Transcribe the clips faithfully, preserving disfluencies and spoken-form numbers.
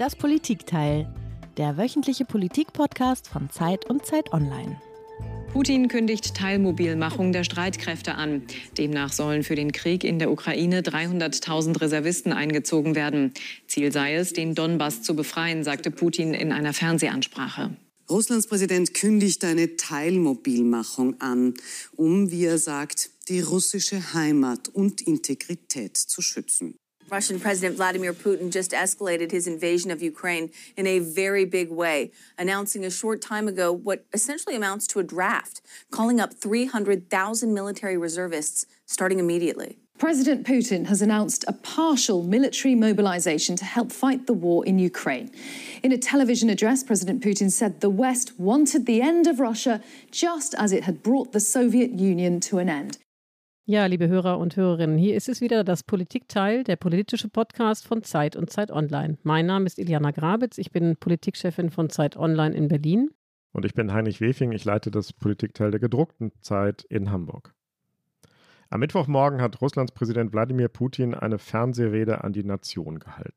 Das Politikteil, der wöchentliche Politik-Podcast von Zeit und Zeit Online. Putin kündigt Teilmobilmachung der Streitkräfte an. Demnach sollen für den Krieg in der Ukraine dreihunderttausend Reservisten eingezogen werden. Ziel sei es, den Donbass zu befreien, sagte Putin in einer Fernsehansprache. Russlands Präsident kündigt eine Teilmobilmachung an, um, wie er sagt, die russische Heimat und Integrität zu schützen. Russian President Vladimir Putin just escalated his invasion of Ukraine in a very big way, announcing a short time ago what essentially amounts to a draft, calling up three hundred thousand military reservists starting immediately. President Putin has announced a partial military mobilization to help fight the war in Ukraine. In a television address, President Putin said the West wanted the end of Russia just as it had brought the Soviet Union to an end. Ja, liebe Hörer und Hörerinnen, hier ist es wieder das Politikteil, der politische Podcast von Zeit und Zeit Online. Mein Name ist Iliana Grabitz, ich bin Politikchefin von Zeit Online in Berlin. Und ich bin Heinrich Wefing, ich leite das Politikteil der gedruckten Zeit in Hamburg. Am Mittwochmorgen hat Russlands Präsident Wladimir Putin eine Fernsehrede an die Nation gehalten.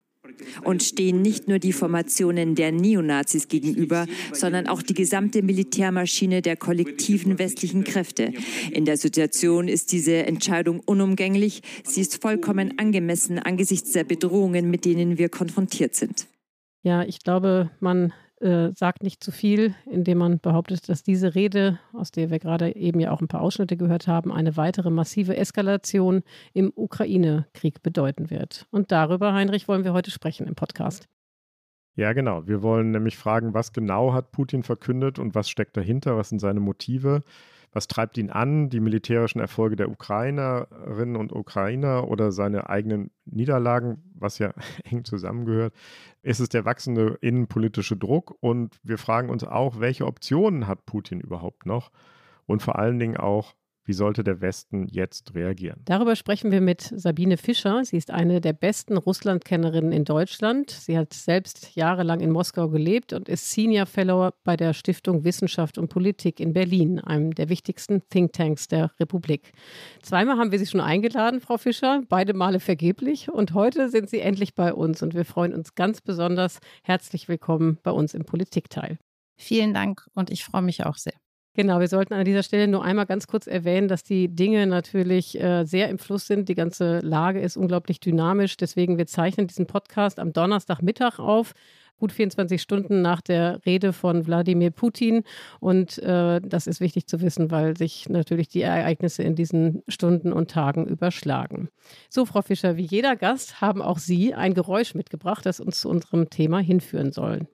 Und stehen nicht nur die Formationen der Neonazis gegenüber, sondern auch die gesamte Militärmaschine der kollektiven westlichen Kräfte. In der Situation ist diese Entscheidung unumgänglich. Sie ist vollkommen angemessen angesichts der Bedrohungen, mit denen wir konfrontiert sind. Ja, ich glaube, man äh, sagt nicht zu viel, indem man behauptet, dass diese Rede, aus der wir gerade eben ja auch ein paar Ausschnitte gehört haben, eine weitere massive Eskalation im Ukraine-Krieg bedeuten wird. Und darüber, Heinrich, wollen wir heute sprechen im Podcast. Ja, genau. Wir wollen nämlich fragen, was genau hat Putin verkündet und was steckt dahinter, was sind seine Motive? Was treibt ihn an, die militärischen Erfolge der Ukrainerinnen und Ukrainer oder seine eigenen Niederlagen, was ja eng zusammengehört? Ist es der wachsende innenpolitische Druck? Und wir fragen uns auch, welche Optionen hat Putin überhaupt noch? Und vor allen Dingen auch, wie sollte der Westen jetzt reagieren? Darüber sprechen wir mit Sabine Fischer. Sie ist eine der besten Russlandkennerinnen in Deutschland. Sie hat selbst jahrelang in Moskau gelebt und ist Senior Fellow bei der Stiftung Wissenschaft und Politik in Berlin, einem der wichtigsten Thinktanks der Republik. Zweimal haben wir Sie schon eingeladen, Frau Fischer, beide Male vergeblich. Und heute sind Sie endlich bei uns und wir freuen uns ganz besonders. Herzlich willkommen bei uns im Politikteil. Vielen Dank und ich freue mich auch sehr. Genau, wir sollten an dieser Stelle nur einmal ganz kurz erwähnen, dass die Dinge natürlich äh, sehr im Fluss sind. Die ganze Lage ist unglaublich dynamisch. Deswegen, wir zeichnen diesen Podcast am Donnerstagmittag auf, gut vierundzwanzig Stunden nach der Rede von Wladimir Putin. Und äh, das ist wichtig zu wissen, weil sich natürlich die Ereignisse in diesen Stunden und Tagen überschlagen. So, Frau Fischer, wie jeder Gast haben auch Sie ein Geräusch mitgebracht, das uns zu unserem Thema hinführen soll.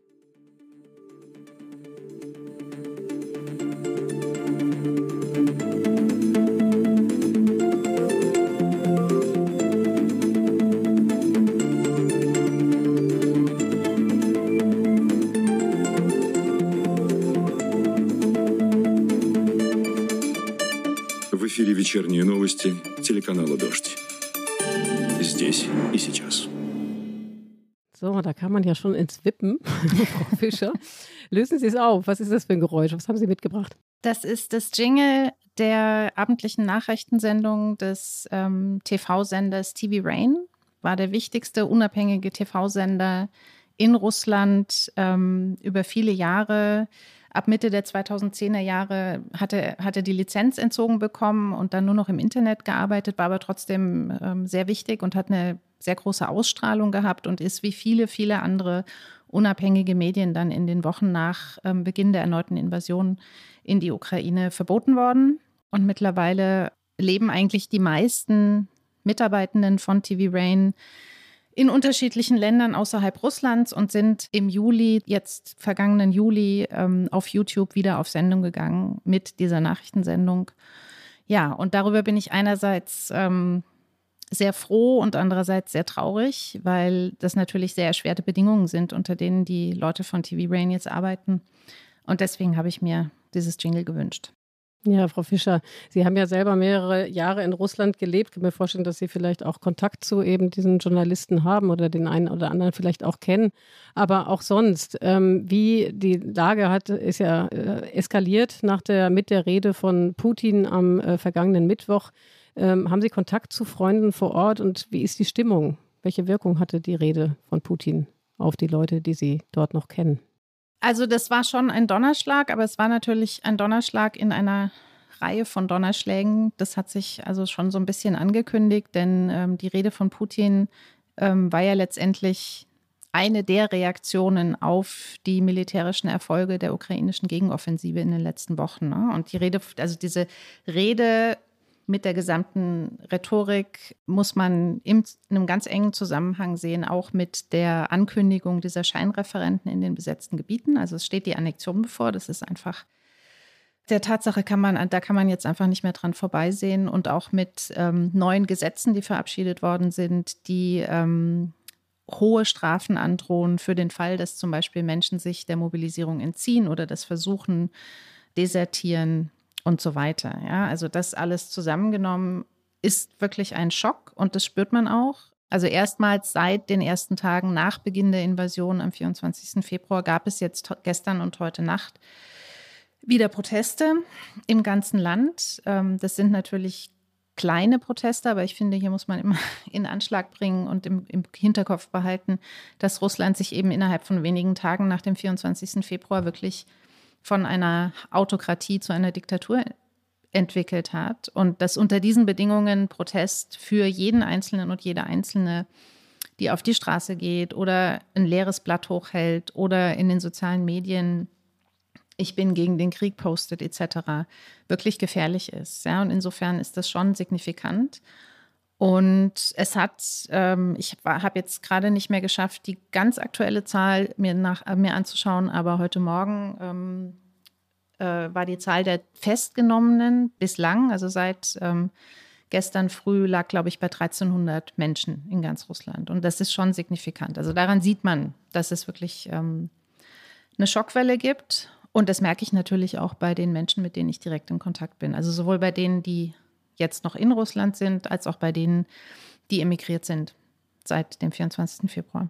В эфире вечерние новости телеканала «Дождь». Здесь и сейчас. So, da kann man ja schon ins Wippen, Frau Fischer. Lösen Sie es auf. Was ist das für ein Geräusch? Was haben Sie mitgebracht? Das ist das Jingle der abendlichen Nachrichtensendung des ähm, T V-Senders T V Rain. War der wichtigste unabhängige T V-Sender in Russland ähm, über viele Jahre. Ab Mitte der zweitausendzehner Jahre hatte, hatte die Lizenz entzogen bekommen und dann nur noch im Internet gearbeitet, war aber trotzdem ähm, sehr wichtig und hat eine sehr große Ausstrahlung gehabt und ist wie viele, viele andere unabhängige Medien dann in den Wochen nach ähm, Beginn der erneuten Invasion in die Ukraine verboten worden. Und mittlerweile leben eigentlich die meisten Mitarbeitenden von T V Rain in unterschiedlichen Ländern außerhalb Russlands und sind im Juli, jetzt vergangenen Juli, ähm, auf YouTube wieder auf Sendung gegangen mit dieser Nachrichtensendung. Ja, und darüber bin ich einerseits ähm, sehr froh und andererseits sehr traurig, weil das natürlich sehr erschwerte Bedingungen sind, unter denen die Leute von T V Rain jetzt arbeiten. Und deswegen habe ich mir dieses Jingle gewünscht. Ja, Frau Fischer, Sie haben ja selber mehrere Jahre in Russland gelebt. Ich kann mir vorstellen, dass Sie vielleicht auch Kontakt zu eben diesen Journalisten haben oder den einen oder anderen vielleicht auch kennen. Aber auch sonst, ähm, wie die Lage hat, ist ja äh, eskaliert nach der, mit der Rede von Putin am äh, vergangenen Mittwoch. Ähm, haben Sie Kontakt zu Freunden vor Ort und wie ist die Stimmung? Welche Wirkung hatte die Rede von Putin auf die Leute, die Sie dort noch kennen? Also das war schon ein Donnerschlag, aber es war natürlich ein Donnerschlag in einer Reihe von Donnerschlägen. Das hat sich also schon so ein bisschen angekündigt, denn ähm, die Rede von Putin ähm, war ja letztendlich eine der Reaktionen auf die militärischen Erfolge der ukrainischen Gegenoffensive in den letzten Wochen. Ne? Und die Rede, also diese Rede mit der gesamten Rhetorik muss man in einem ganz engen Zusammenhang sehen, auch mit der Ankündigung dieser Scheinreferenten in den besetzten Gebieten. Also es steht die Annexion bevor, das ist einfach, der Tatsache kann man, da kann man jetzt einfach nicht mehr dran vorbeisehen. Und auch mit ähm, neuen Gesetzen, die verabschiedet worden sind, die ähm, hohe Strafen androhen für den Fall, dass zum Beispiel Menschen sich der Mobilisierung entziehen oder das versuchen, desertieren und so weiter. Ja, also das alles zusammengenommen ist wirklich ein Schock und das spürt man auch. Also erstmals seit den ersten Tagen nach Beginn der Invasion am vierundzwanzigsten Februar gab es jetzt gestern und heute Nacht wieder Proteste im ganzen Land. Das sind natürlich kleine Proteste, aber ich finde, hier muss man immer in Anschlag bringen und im, im Hinterkopf behalten, dass Russland sich eben innerhalb von wenigen Tagen nach dem vierundzwanzigsten Februar wirklich von einer Autokratie zu einer Diktatur entwickelt hat und dass unter diesen Bedingungen Protest für jeden Einzelnen und jede Einzelne, die auf die Straße geht oder ein leeres Blatt hochhält oder in den sozialen Medien ich bin gegen den Krieg postet et cetera, wirklich gefährlich ist. Ja, und insofern ist das schon signifikant. Und es hat, ähm, ich habe jetzt gerade nicht mehr geschafft, die ganz aktuelle Zahl mir, nach, mir anzuschauen, aber heute Morgen ähm, äh, war die Zahl der Festgenommenen bislang, also seit ähm, gestern früh lag, glaube ich, bei dreizehnhundert Menschen in ganz Russland. Und das ist schon signifikant. Also daran sieht man, dass es wirklich ähm, eine Schockwelle gibt. Und das merke ich natürlich auch bei den Menschen, mit denen ich direkt in Kontakt bin. Also sowohl bei denen, die jetzt noch in Russland sind, als auch bei denen, die emigriert sind seit dem vierundzwanzigsten Februar.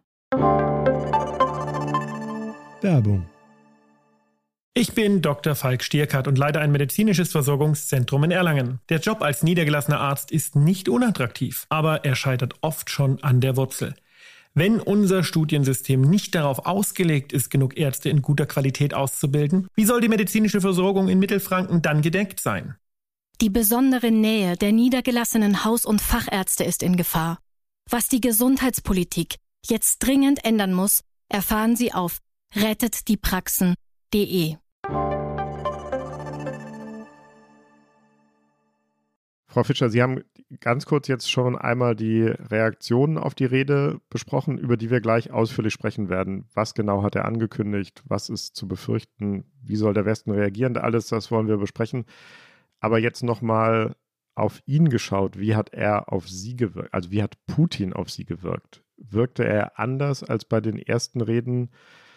Werbung. Ich bin Doktor Falk Stierkart und leite ein medizinisches Versorgungszentrum in Erlangen. Der Job als niedergelassener Arzt ist nicht unattraktiv, aber er scheitert oft schon an der Wurzel. Wenn unser Studiensystem nicht darauf ausgelegt ist, genug Ärzte in guter Qualität auszubilden, wie soll die medizinische Versorgung in Mittelfranken dann gedeckt sein? Die besondere Nähe der niedergelassenen Haus- und Fachärzte ist in Gefahr. Was die Gesundheitspolitik jetzt dringend ändern muss, erfahren Sie auf rettet die praxen punkt de. Frau Fischer, Sie haben ganz kurz jetzt schon einmal die Reaktionen auf die Rede besprochen, über die wir gleich ausführlich sprechen werden. Was genau hat er angekündigt? Was ist zu befürchten? Wie soll der Westen reagieren? Alles das wollen wir besprechen. Aber jetzt nochmal auf ihn geschaut. Wie hat er auf Sie gewirkt? Also wie hat Putin auf Sie gewirkt? Wirkte er anders als bei den ersten Reden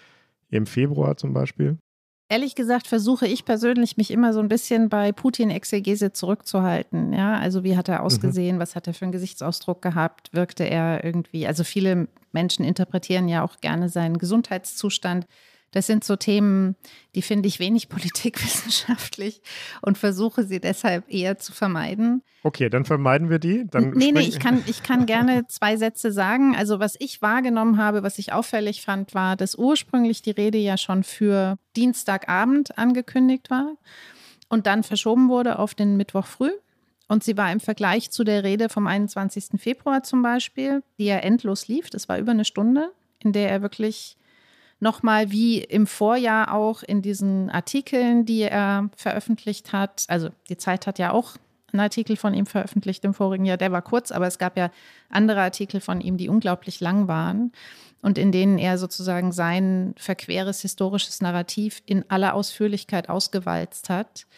im Februar zum Beispiel? Ehrlich gesagt versuche ich persönlich, mich immer so ein bisschen bei Putin-Exegese zurückzuhalten. Ja, also wie hat er ausgesehen? Mhm. Was hat er für einen Gesichtsausdruck gehabt? Wirkte er irgendwie? Also viele Menschen interpretieren ja auch gerne seinen Gesundheitszustand. Das sind so Themen, die finde ich wenig politikwissenschaftlich und versuche sie deshalb eher zu vermeiden. Okay, dann vermeiden wir die. Dann nee, nee, ich kann, ich kann gerne zwei Sätze sagen. Also was ich wahrgenommen habe, was ich auffällig fand, war, dass ursprünglich die Rede ja schon für Dienstagabend angekündigt war und dann verschoben wurde auf den Mittwoch früh. Und sie war im Vergleich zu der Rede vom einundzwanzigsten Februar zum Beispiel, die ja endlos lief, das war über eine Stunde, in der er wirklich nochmal wie im Vorjahr auch in diesen Artikeln, die er veröffentlicht hat, also die Zeit hat ja auch einen Artikel von ihm veröffentlicht im vorigen Jahr, der war kurz, aber es gab ja andere Artikel von ihm, die unglaublich lang waren und in denen er sozusagen sein verqueres historisches Narrativ in aller Ausführlichkeit ausgewalzt hat,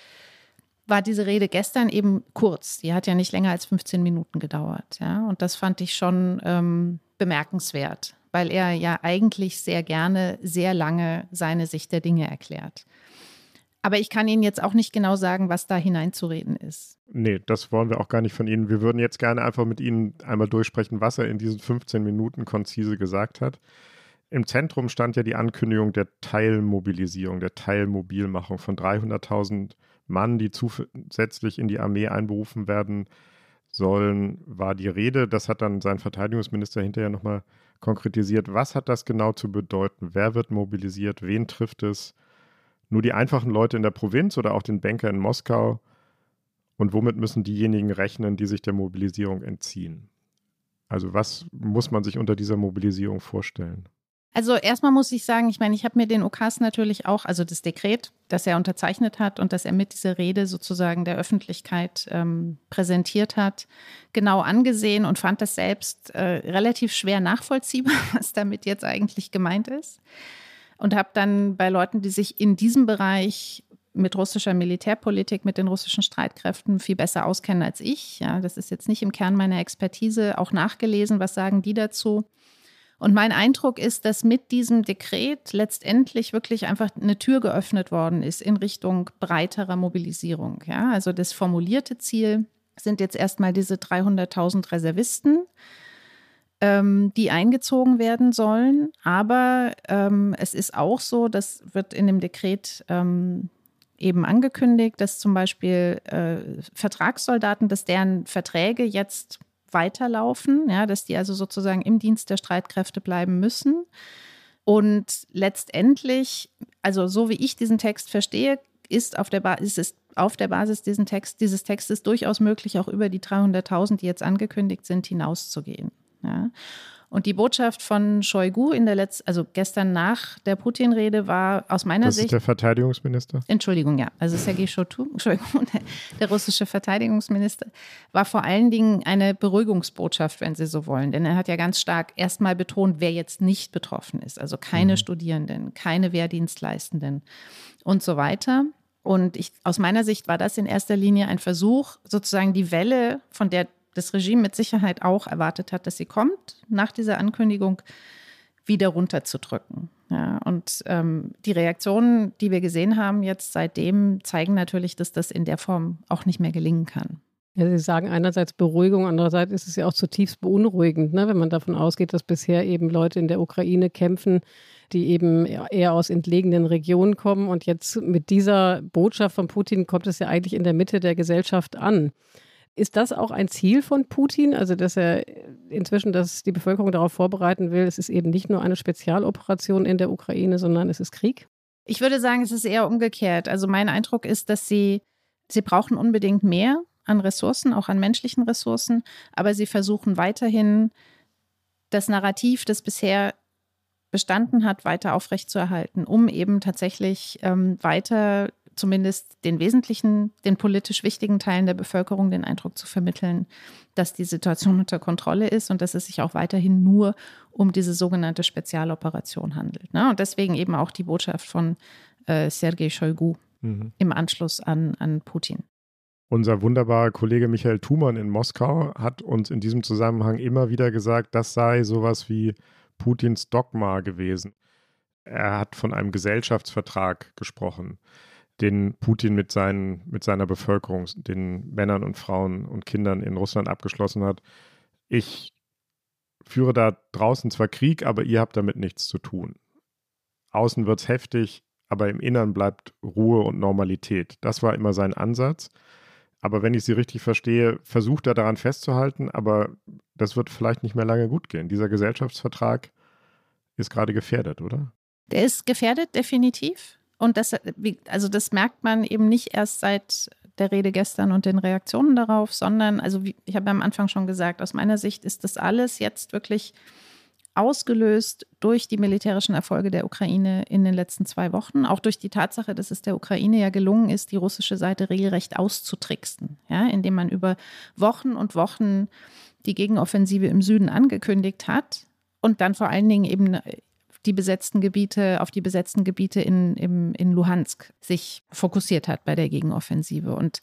war diese Rede gestern eben kurz. Die hat ja nicht länger als fünfzehn Minuten gedauert. Ja? Und das fand ich schon ähm, bemerkenswert, weil er ja eigentlich sehr gerne, sehr lange seine Sicht der Dinge erklärt. Aber ich kann Ihnen jetzt auch nicht genau sagen, was da hineinzureden ist. Nee, das wollen wir auch gar nicht von Ihnen. Wir würden jetzt gerne einfach mit Ihnen einmal durchsprechen, was er in diesen fünfzehn Minuten konzise gesagt hat. Im Zentrum stand ja die Ankündigung der Teilmobilisierung, der Teilmobilmachung von dreihunderttausend Mann, die zusätzlich in die Armee einberufen werden sollen, war die Rede. Das hat dann sein Verteidigungsminister hinterher nochmal konkretisiert, was hat das genau zu bedeuten? Wer wird mobilisiert? Wen trifft es? Nur die einfachen Leute in der Provinz oder auch den Banker in Moskau? Und womit müssen diejenigen rechnen, die sich der Mobilisierung entziehen? Also was muss man sich unter dieser Mobilisierung vorstellen? Also erstmal muss ich sagen, ich meine, ich habe mir den Ukas natürlich auch, also das Dekret, das er unterzeichnet hat und das er mit dieser Rede sozusagen der Öffentlichkeit ähm, präsentiert hat, genau angesehen und fand das selbst äh, relativ schwer nachvollziehbar, was damit jetzt eigentlich gemeint ist. Und habe dann bei Leuten, die sich in diesem Bereich mit russischer Militärpolitik, mit den russischen Streitkräften viel besser auskennen als ich, ja, das ist jetzt nicht im Kern meiner Expertise, auch nachgelesen, was sagen die dazu. Und mein Eindruck ist, dass mit diesem Dekret letztendlich wirklich einfach eine Tür geöffnet worden ist in Richtung breiterer Mobilisierung. Ja, also das formulierte Ziel sind jetzt erstmal diese dreihunderttausend Reservisten, ähm, die eingezogen werden sollen. Aber ähm, es ist auch so, das wird in dem Dekret ähm, eben angekündigt, dass zum Beispiel äh, Vertragssoldaten, dass deren Verträge jetzt weiterlaufen, ja, dass die also sozusagen im Dienst der Streitkräfte bleiben müssen. Und letztendlich, also so wie ich diesen Text verstehe, ist auf der Basis, ist auf der Basis diesen Text, dieses Textes durchaus möglich, auch über die dreihunderttausend, die jetzt angekündigt sind, hinauszugehen. Ja. Und die Botschaft von Shoigu in der letzten, also gestern nach der Putin-Rede war aus meiner das Sicht. Das ist der Verteidigungsminister? Entschuldigung, ja. Also Sergei Shoigu, der, der russische Verteidigungsminister, war vor allen Dingen eine Beruhigungsbotschaft, wenn Sie so wollen. Denn er hat ja ganz stark erstmal betont, wer jetzt nicht betroffen ist. Also keine mhm. Studierenden, keine Wehrdienstleistenden und so weiter. Und ich, aus meiner Sicht war das in erster Linie ein Versuch, sozusagen die Welle, von der das Regime mit Sicherheit auch erwartet hat, dass sie kommt, nach dieser Ankündigung wieder runterzudrücken. Ja, und ähm, die Reaktionen, die wir gesehen haben jetzt seitdem, zeigen natürlich, dass das in der Form auch nicht mehr gelingen kann. Ja, Sie sagen einerseits Beruhigung, andererseits ist es ja auch zutiefst beunruhigend, ne, wenn man davon ausgeht, dass bisher eben Leute in der Ukraine kämpfen, die eben eher aus entlegenen Regionen kommen. Und jetzt mit dieser Botschaft von Putin kommt es ja eigentlich in der Mitte der Gesellschaft an. Ist das auch ein Ziel von Putin, also dass er inzwischen dass die Bevölkerung darauf vorbereiten will, es ist eben nicht nur eine Spezialoperation in der Ukraine, sondern es ist Krieg? Ich würde sagen, es ist eher umgekehrt. Also mein Eindruck ist, dass sie, sie brauchen unbedingt mehr an Ressourcen, auch an menschlichen Ressourcen, aber sie versuchen weiterhin das Narrativ, das bisher bestanden hat, weiter aufrechtzuerhalten, um eben tatsächlich ähm, weiter zumindest den wesentlichen, den politisch wichtigen Teilen der Bevölkerung den Eindruck zu vermitteln, dass die Situation unter Kontrolle ist und dass es sich auch weiterhin nur um diese sogenannte Spezialoperation handelt. Ne? Und deswegen eben auch die Botschaft von äh, Sergei Shoigu mhm. im Anschluss an, an Putin. Unser wunderbarer Kollege Michael Thumann in Moskau hat uns in diesem Zusammenhang immer wieder gesagt, das sei sowas wie Putins Dogma gewesen. Er hat von einem Gesellschaftsvertrag gesprochen, den Putin mit, seinen, mit seiner Bevölkerung, den Männern und Frauen und Kindern in Russland abgeschlossen hat. Ich führe da draußen zwar Krieg, aber ihr habt damit nichts zu tun. Außen wird es heftig, aber im Innern bleibt Ruhe und Normalität. Das war immer sein Ansatz. Aber wenn ich Sie richtig verstehe, versucht er daran festzuhalten, aber das wird vielleicht nicht mehr lange gut gehen. Dieser Gesellschaftsvertrag ist gerade gefährdet, oder? Der ist gefährdet, definitiv. Und das, also das merkt man eben nicht erst seit der Rede gestern und den Reaktionen darauf, sondern, also wie, ich habe am Anfang schon gesagt, aus meiner Sicht ist das alles jetzt wirklich ausgelöst durch die militärischen Erfolge der Ukraine in den letzten zwei Wochen, auch durch die Tatsache, dass es der Ukraine ja gelungen ist, die russische Seite regelrecht auszutricksen, ja, indem man über Wochen und Wochen die Gegenoffensive im Süden angekündigt hat und dann vor allen Dingen eben die besetzten Gebiete, auf die besetzten Gebiete in, im, in Luhansk sich fokussiert hat bei der Gegenoffensive. Und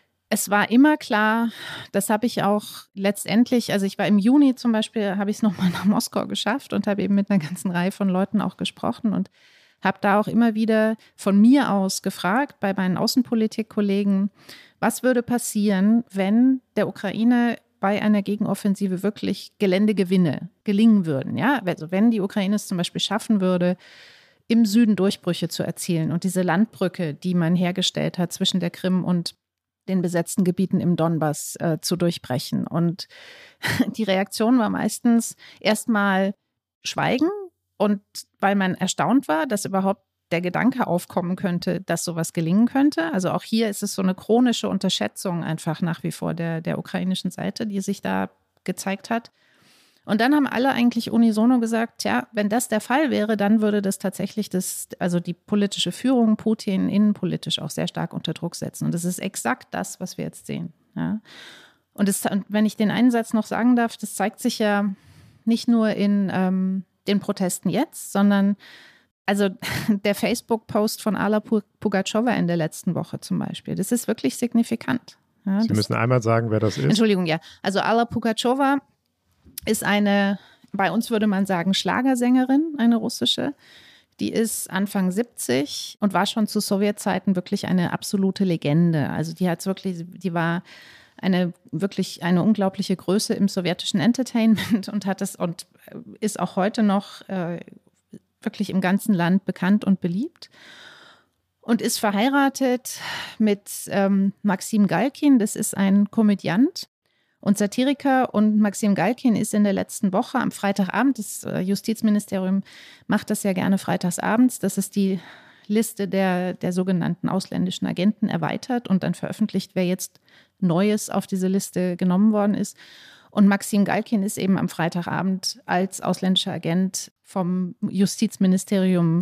es war immer klar, das habe ich auch letztendlich, also ich war im Juni zum Beispiel, habe ich es nochmal nach Moskau geschafft und habe eben mit einer ganzen Reihe von Leuten auch gesprochen und habe da auch immer wieder von mir aus gefragt bei meinen Außenpolitikkollegen, was würde passieren, wenn der Ukraine bei einer Gegenoffensive wirklich Geländegewinne gelingen würden. Ja? Also wenn die Ukraine es zum Beispiel schaffen würde, im Süden Durchbrüche zu erzielen und diese Landbrücke, die man hergestellt hat zwischen der Krim und den besetzten Gebieten im Donbass äh, zu durchbrechen. Und die Reaktion war meistens erstmal Schweigen und weil man erstaunt war, dass überhaupt der Gedanke aufkommen könnte, dass sowas gelingen könnte. Also auch hier ist es so eine chronische Unterschätzung einfach nach wie vor der, der ukrainischen Seite, die sich da gezeigt hat. Und dann haben alle eigentlich unisono gesagt, ja, wenn das der Fall wäre, dann würde das tatsächlich das, also die politische Führung Putin innenpolitisch auch sehr stark unter Druck setzen. Und das ist exakt das, was wir jetzt sehen. Ja. Und, das, und wenn ich den einen Satz noch sagen darf, das zeigt sich ja nicht nur in ähm, den Protesten jetzt, sondern also der Facebook-Post von Alla Pugatschowa in der letzten Woche zum Beispiel, das ist wirklich signifikant. Ja, Sie müssen einmal sagen, wer das ist. Entschuldigung, ja. Also Alla Pugatschowa ist eine, bei uns würde man sagen, Schlagersängerin, eine russische. Die ist Anfang siebzig und war schon zu Sowjetzeiten wirklich eine absolute Legende. Also die hat wirklich, die war eine wirklich eine unglaubliche Größe im sowjetischen Entertainment und hat es und ist auch heute noch äh, wirklich im ganzen Land bekannt und beliebt und ist verheiratet mit ähm, Maxim Galkin. Das ist ein Komödiant und Satiriker und Maxim Galkin ist in der letzten Woche am Freitagabend, das Justizministerium macht das ja gerne freitagsabends, das ist die Liste der, der sogenannten ausländischen Agenten erweitert und dann veröffentlicht, wer jetzt Neues auf diese Liste genommen worden ist. Und Maxim Galkin ist eben am Freitagabend als ausländischer Agent vom Justizministerium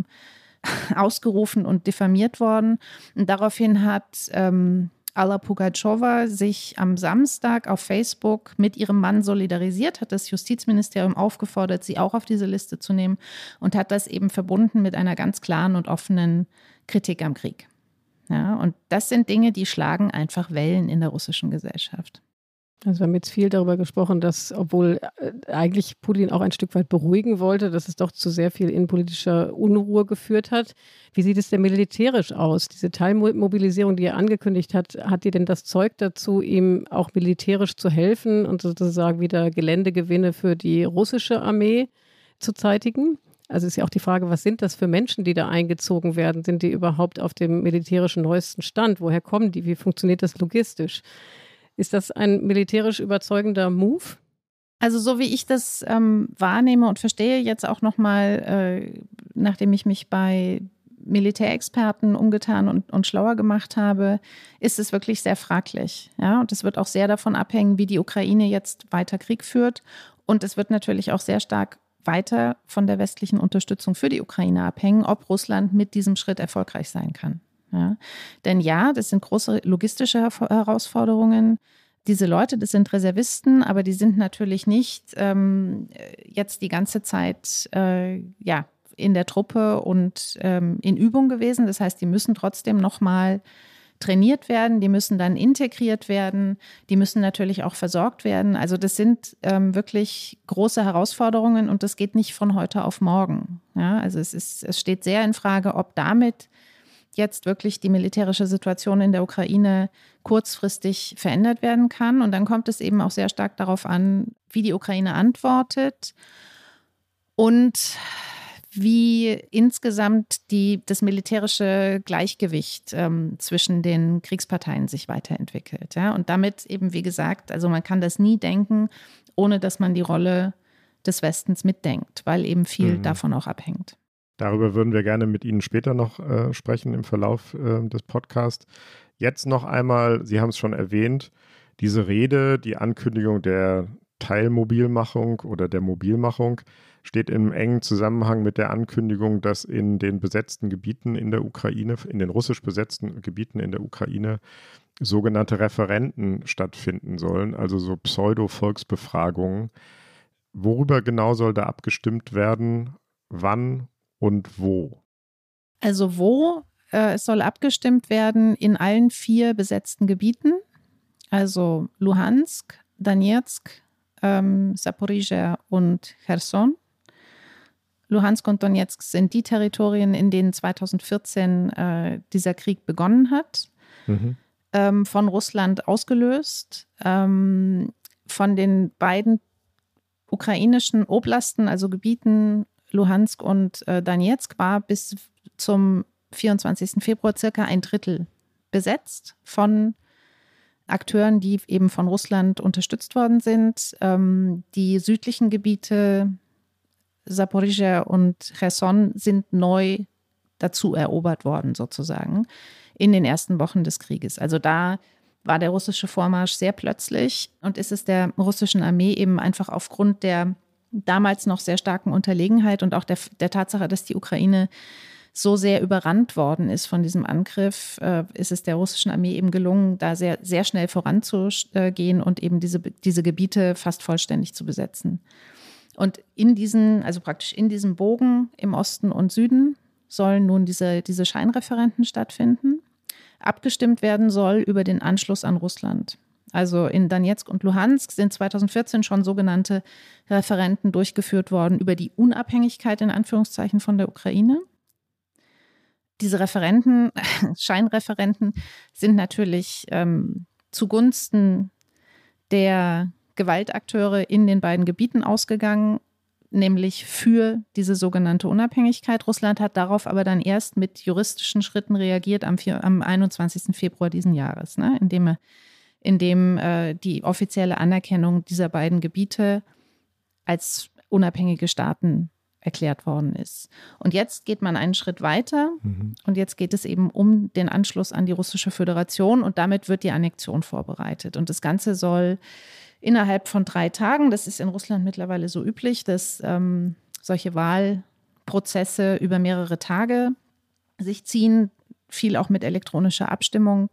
ausgerufen und diffamiert worden. Und daraufhin hat ähm, Alla Pugatschowa sich am Samstag auf Facebook mit ihrem Mann solidarisiert, hat das Justizministerium aufgefordert, sie auch auf diese Liste zu nehmen und hat das eben verbunden mit einer ganz klaren und offenen Kritik am Krieg. Ja, und das sind Dinge, die schlagen einfach Wellen in der russischen Gesellschaft. Also wir haben jetzt viel darüber gesprochen, dass, obwohl eigentlich Putin auch ein Stück weit beruhigen wollte, dass es doch zu sehr viel innenpolitischer Unruhe geführt hat. Wie sieht es denn militärisch aus? Diese Teilmobilisierung, die er angekündigt hat, hat die denn das Zeug dazu, ihm auch militärisch zu helfen und sozusagen wieder Geländegewinne für die russische Armee zu zeitigen? Also ist ja auch die Frage, was sind das für Menschen, die da eingezogen werden? Sind die überhaupt auf dem militärischen neuesten Stand? Woher kommen die? Wie funktioniert das logistisch? Ist das ein militärisch überzeugender Move? Also so wie ich das ähm, wahrnehme und verstehe jetzt auch nochmal, äh, nachdem ich mich bei Militärexperten umgetan und, und schlauer gemacht habe, ist es wirklich sehr fraglich. Ja? Und es wird auch sehr davon abhängen, wie die Ukraine jetzt weiter Krieg führt. Und es wird natürlich auch sehr stark weiter von der westlichen Unterstützung für die Ukraine abhängen, ob Russland mit diesem Schritt erfolgreich sein kann. Ja. Denn ja, das sind große logistische Herausforderungen. Diese Leute, das sind Reservisten, aber die sind natürlich nicht ähm, jetzt die ganze Zeit äh, ja, in der Truppe und ähm, in Übung gewesen. Das heißt, die müssen trotzdem nochmal trainiert werden, die müssen dann integriert werden, die müssen natürlich auch versorgt werden. Also das sind ähm, wirklich große Herausforderungen und das geht nicht von heute auf morgen. Ja, also es ist, es steht sehr in Frage, ob damit jetzt wirklich die militärische Situation in der Ukraine kurzfristig verändert werden kann. Und dann kommt es eben auch sehr stark darauf an, wie die Ukraine antwortet und wie insgesamt die, das militärische Gleichgewicht ähm, zwischen den Kriegsparteien sich weiterentwickelt. Ja? Und damit eben, wie gesagt, also man kann das nie denken, ohne dass man die Rolle des Westens mitdenkt, weil eben viel mhm. davon auch abhängt. Darüber würden wir gerne mit Ihnen später noch äh, sprechen im Verlauf äh, des Podcasts. Jetzt noch einmal, Sie haben es schon erwähnt, diese Rede, die Ankündigung der Teilmobilmachung oder der Mobilmachung steht im engen Zusammenhang mit der Ankündigung, dass in den besetzten Gebieten in der Ukraine, in den russisch besetzten Gebieten in der Ukraine sogenannte Referenden stattfinden sollen, also so Pseudo-Volksbefragungen. Worüber genau soll da abgestimmt werden? Wann und wo? Also wo? Äh, es soll abgestimmt werden in allen vier besetzten Gebieten, also Luhansk, Donetsk, ähm, Saporizhia und Cherson. Luhansk und Donetsk sind die Territorien, in denen zweitausendvierzehn äh, dieser Krieg begonnen hat, mhm. ähm, von Russland ausgelöst. Ähm, von den beiden ukrainischen Oblasten, also Gebieten Luhansk und äh, Donetsk, war bis zum vierundzwanzigsten Februar circa ein Drittel besetzt von Akteuren, die eben von Russland unterstützt worden sind. Ähm, die südlichen Gebiete Zaporizhzhia und Cherson sind neu dazu erobert worden, sozusagen, in den ersten Wochen des Krieges. Also da war der russische Vormarsch sehr plötzlich und ist es der russischen Armee eben einfach aufgrund der damals noch sehr starken Unterlegenheit und auch der, der Tatsache, dass die Ukraine so sehr überrannt worden ist von diesem Angriff, äh, ist es der russischen Armee eben gelungen, da sehr, sehr schnell voranzugehen und eben diese, diese Gebiete fast vollständig zu besetzen. Und in diesen, also praktisch in diesem Bogen im Osten und Süden sollen nun diese, diese Scheinreferenden stattfinden. Abgestimmt werden soll über den Anschluss an Russland. Also in Donezk und Luhansk sind zweitausendvierzehn schon sogenannte Referenden durchgeführt worden über die Unabhängigkeit in Anführungszeichen von der Ukraine. Diese Referenden, Scheinreferenden, sind natürlich ähm, zugunsten der Gewaltakteure in den beiden Gebieten ausgegangen, nämlich für diese sogenannte Unabhängigkeit. Russland hat darauf aber dann erst mit juristischen Schritten reagiert am, am einundzwanzigsten Februar diesen Jahres, ne, indem, indem äh, die offizielle Anerkennung dieser beiden Gebiete als unabhängige Staaten erklärt worden ist. Und jetzt geht man einen Schritt weiter mhm. und jetzt geht es eben um den Anschluss an die Russische Föderation und damit wird die Annexion vorbereitet. Und das Ganze soll innerhalb von drei Tagen, das ist in Russland mittlerweile so üblich, dass ähm, solche Wahlprozesse über mehrere Tage sich ziehen, viel auch mit elektronischer Abstimmung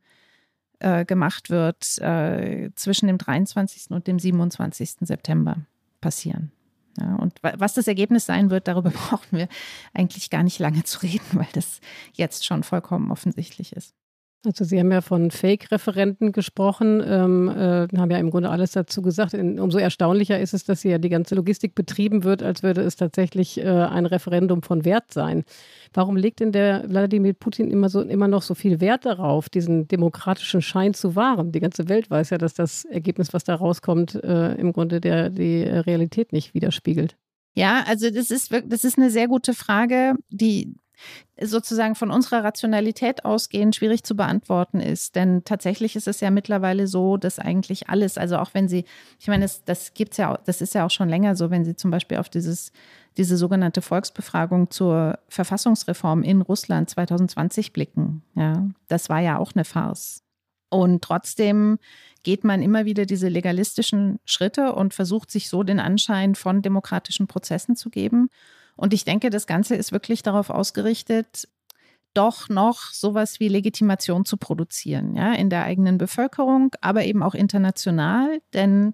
äh, gemacht wird, äh, zwischen dem dreiundzwanzigsten und dem siebenundzwanzigsten September passieren. Ja, und was das Ergebnis sein wird, darüber brauchen wir eigentlich gar nicht lange zu reden, weil das jetzt schon vollkommen offensichtlich ist. Also Sie haben ja von Fake-Referenten gesprochen, ähm, äh, haben ja im Grunde alles dazu gesagt. In, umso erstaunlicher ist es, dass hier die ganze Logistik betrieben wird, als würde es tatsächlich äh, ein Referendum von Wert sein. Warum legt denn der Wladimir Putin immer, so, immer noch so viel Wert darauf, diesen demokratischen Schein zu wahren? Die ganze Welt weiß ja, dass das Ergebnis, was da rauskommt, äh, im Grunde der, die Realität nicht widerspiegelt. Ja, also das ist, das ist eine sehr gute Frage, die sozusagen von unserer Rationalität ausgehend schwierig zu beantworten ist. Denn tatsächlich ist es ja mittlerweile so, dass eigentlich alles, also auch wenn Sie, ich meine, das, das gibt's ja, das ist ja auch schon länger so, wenn Sie zum Beispiel auf dieses, diese sogenannte Volksbefragung zur Verfassungsreform in Russland zweitausendzwanzig blicken. Ja, das war ja auch eine Farce. Und trotzdem geht man immer wieder diese legalistischen Schritte und versucht sich so den Anschein von demokratischen Prozessen zu geben. Und ich denke, das Ganze ist wirklich darauf ausgerichtet, doch noch sowas wie Legitimation zu produzieren, ja, in der eigenen Bevölkerung, aber eben auch international. Denn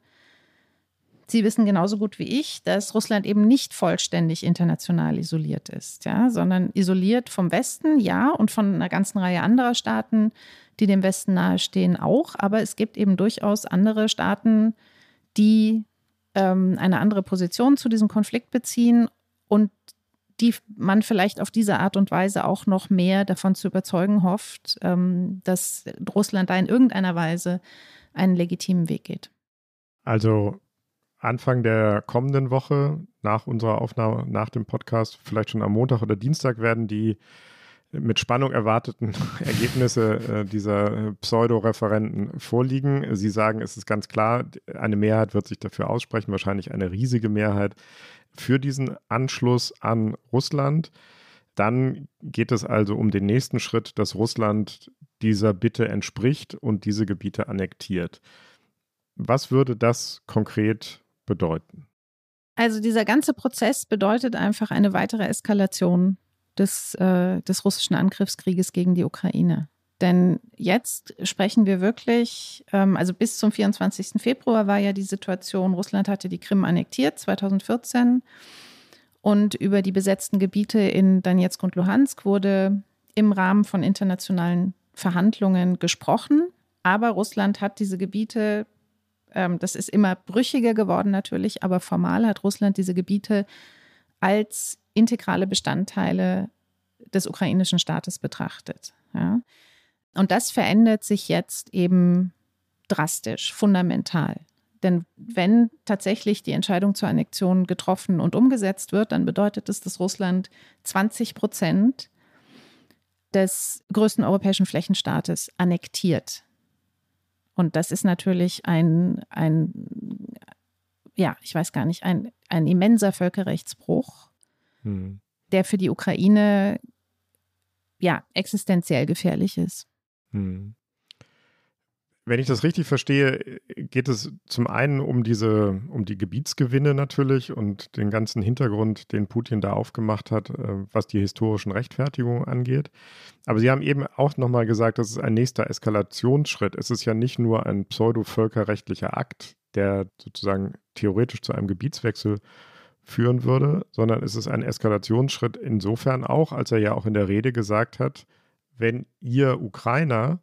Sie wissen genauso gut wie ich, dass Russland eben nicht vollständig international isoliert ist, ja, sondern isoliert vom Westen, ja, und von einer ganzen Reihe anderer Staaten, die dem Westen nahestehen, auch. Aber es gibt eben durchaus andere Staaten, die ähm, eine andere Position zu diesem Konflikt beziehen und die man vielleicht auf diese Art und Weise auch noch mehr davon zu überzeugen hofft, ähm, dass Russland da in irgendeiner Weise einen legitimen Weg geht. Also Anfang der kommenden Woche, nach unserer Aufnahme, nach dem Podcast, vielleicht schon am Montag oder Dienstag, werden die mit Spannung erwarteten Ergebnisse äh, dieser äh, Pseudo-Referenden vorliegen. Sie sagen, es ist ganz klar, eine Mehrheit wird sich dafür aussprechen, wahrscheinlich eine riesige Mehrheit für diesen Anschluss an Russland. Dann geht es also um den nächsten Schritt, dass Russland dieser Bitte entspricht und diese Gebiete annektiert. Was würde das konkret bedeuten? Also dieser ganze Prozess bedeutet einfach eine weitere Eskalation des, äh, des russischen Angriffskrieges gegen die Ukraine. Denn jetzt sprechen wir wirklich, ähm, also bis zum vierundzwanzigsten Februar war ja die Situation, Russland hatte die Krim annektiert, zweitausendvierzehn. Und über die besetzten Gebiete in Donezk und Luhansk wurde im Rahmen von internationalen Verhandlungen gesprochen. Aber Russland hat diese Gebiete, ähm, das ist immer brüchiger geworden natürlich, aber formal hat Russland diese Gebiete als integrale Bestandteile des ukrainischen Staates betrachtet. Ja. Und das verändert sich jetzt eben drastisch, fundamental. Denn wenn tatsächlich die Entscheidung zur Annexion getroffen und umgesetzt wird, dann bedeutet es, dass Russland zwanzig Prozent des größten europäischen Flächenstaates annektiert. Und das ist natürlich ein, ein ja, ich weiß gar nicht, ein, ein immenser Völkerrechtsbruch, hm. der für die Ukraine ja existenziell gefährlich ist. Hm. Wenn ich das richtig verstehe, geht es zum einen um diese, um die Gebietsgewinne natürlich und den ganzen Hintergrund, den Putin da aufgemacht hat, was die historischen Rechtfertigungen angeht. Aber Sie haben eben auch nochmal gesagt, das ist ein nächster Eskalationsschritt. Es ist ja nicht nur ein pseudo-völkerrechtlicher Akt, der sozusagen theoretisch zu einem Gebietswechsel führen würde, sondern es ist ein Eskalationsschritt insofern auch, als er ja auch in der Rede gesagt hat, wenn ihr Ukrainer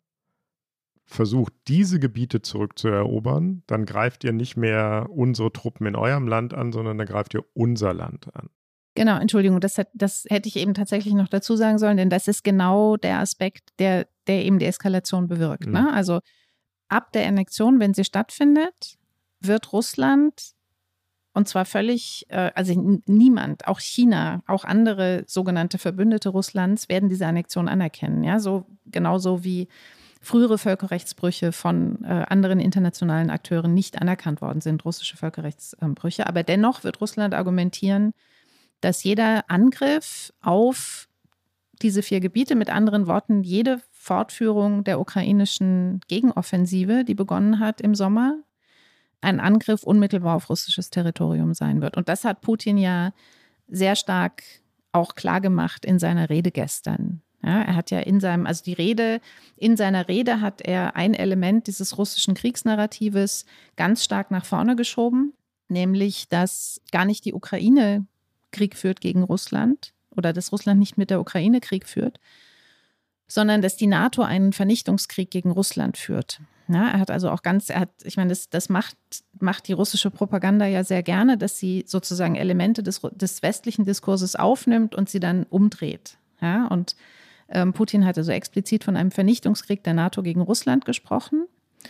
versucht, diese Gebiete zurückzuerobern, dann greift ihr nicht mehr unsere Truppen in eurem Land an, sondern dann greift ihr unser Land an. Genau, Entschuldigung, das, das hätte ich eben tatsächlich noch dazu sagen sollen, denn das ist genau der Aspekt, der, der eben die Eskalation bewirkt. Mhm. Ne? Also ab der Annexion, wenn sie stattfindet, wird Russland, und zwar völlig, also niemand, auch China, auch andere sogenannte Verbündete Russlands werden diese Annexion anerkennen. Ja, so genauso wie frühere Völkerrechtsbrüche von äh, anderen internationalen Akteuren nicht anerkannt worden sind, russische Völkerrechtsbrüche. Aber dennoch wird Russland argumentieren, dass jeder Angriff auf diese vier Gebiete, mit anderen Worten, jede Fortführung der ukrainischen Gegenoffensive, die begonnen hat im Sommer, ein Angriff unmittelbar auf russisches Territorium sein wird. Und das hat Putin ja sehr stark auch klargemacht in seiner Rede gestern. Ja, er hat ja in seinem, also die Rede, in seiner Rede hat er ein Element dieses russischen Kriegsnarratives ganz stark nach vorne geschoben, nämlich, dass gar nicht die Ukraine Krieg führt gegen Russland oder dass Russland nicht mit der Ukraine Krieg führt, sondern dass die NATO einen Vernichtungskrieg gegen Russland führt. Ja, er hat also auch ganz, er hat, ich meine, das, das macht, macht die russische Propaganda ja sehr gerne, dass sie sozusagen Elemente des, des westlichen Diskurses aufnimmt und sie dann umdreht. Ja, und ähm, Putin hat also explizit von einem Vernichtungskrieg der NATO gegen Russland gesprochen.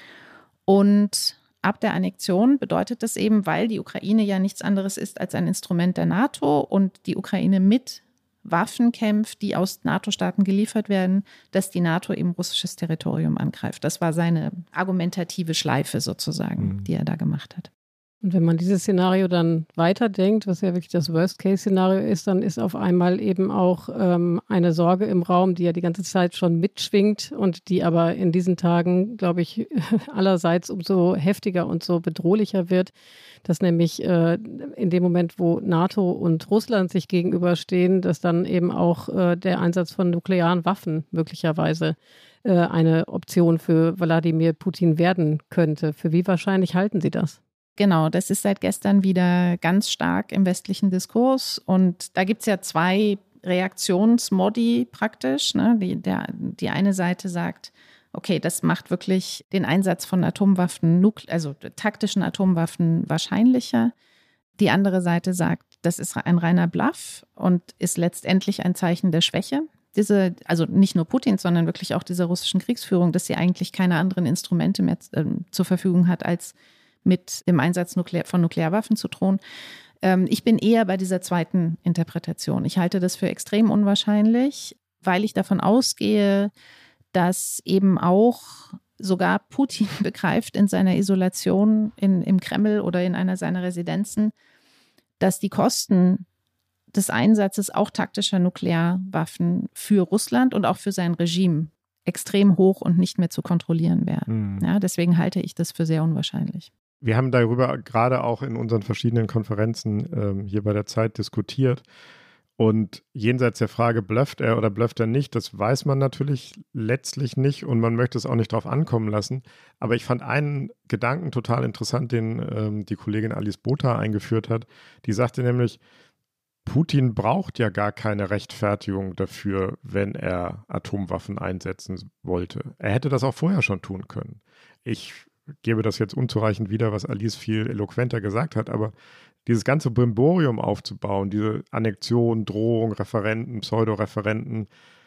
Und ab der Annexion bedeutet das eben, weil die Ukraine ja nichts anderes ist als ein Instrument der NATO und die Ukraine mit Waffen kämpft, die aus NATO-Staaten geliefert werden, dass die NATO eben russisches Territorium angreift. Das war seine argumentative Schleife sozusagen, mhm. die er da gemacht hat. Und wenn man dieses Szenario dann weiterdenkt, was ja wirklich das Worst-Case-Szenario ist, dann ist auf einmal eben auch ähm, eine Sorge im Raum, die ja die ganze Zeit schon mitschwingt und die aber in diesen Tagen, glaube ich, allerseits umso heftiger und so bedrohlicher wird, dass nämlich äh, in dem Moment, wo NATO und Russland sich gegenüberstehen, dass dann eben auch äh, der Einsatz von nuklearen Waffen möglicherweise äh, eine Option für Wladimir Putin werden könnte. Für wie wahrscheinlich halten Sie das? Genau, das ist seit gestern wieder ganz stark im westlichen Diskurs. Und da gibt es ja zwei Reaktionsmodi praktisch. Ne? Die, der, die eine Seite sagt, okay, das macht wirklich den Einsatz von Atomwaffen, also taktischen Atomwaffen wahrscheinlicher. Die andere Seite sagt, das ist ein reiner Bluff und ist letztendlich ein Zeichen der Schwäche. Diese, also nicht nur Putins, sondern wirklich auch dieser russischen Kriegsführung, dass sie eigentlich keine anderen Instrumente mehr äh, zur Verfügung hat, als mit dem Einsatz Nuklear- von Nuklearwaffen zu drohen. Ähm, ich bin eher bei dieser zweiten Interpretation. Ich halte das für extrem unwahrscheinlich, weil ich davon ausgehe, dass eben auch sogar Putin begreift in seiner Isolation in, im Kreml oder in einer seiner Residenzen, dass die Kosten des Einsatzes auch taktischer Nuklearwaffen für Russland und auch für sein Regime extrem hoch und nicht mehr zu kontrollieren wären. Mhm. Ja, deswegen halte ich das für sehr unwahrscheinlich. Wir haben darüber gerade auch in unseren verschiedenen Konferenzen ähm, hier bei der Zeit diskutiert. Und jenseits der Frage, blufft er oder blufft er nicht, das weiß man natürlich letztlich nicht und man möchte es auch nicht drauf ankommen lassen. Aber ich fand einen Gedanken total interessant, den ähm, die Kollegin Alice Botha eingeführt hat. Die sagte nämlich, Putin braucht ja gar keine Rechtfertigung dafür, wenn er Atomwaffen einsetzen wollte. Er hätte das auch vorher schon tun können. Ich gebe das jetzt unzureichend wieder, was Alice viel eloquenter gesagt hat, aber dieses ganze Brimborium aufzubauen, diese Annexion, Drohung, Referenten, Pseudo-Referenten,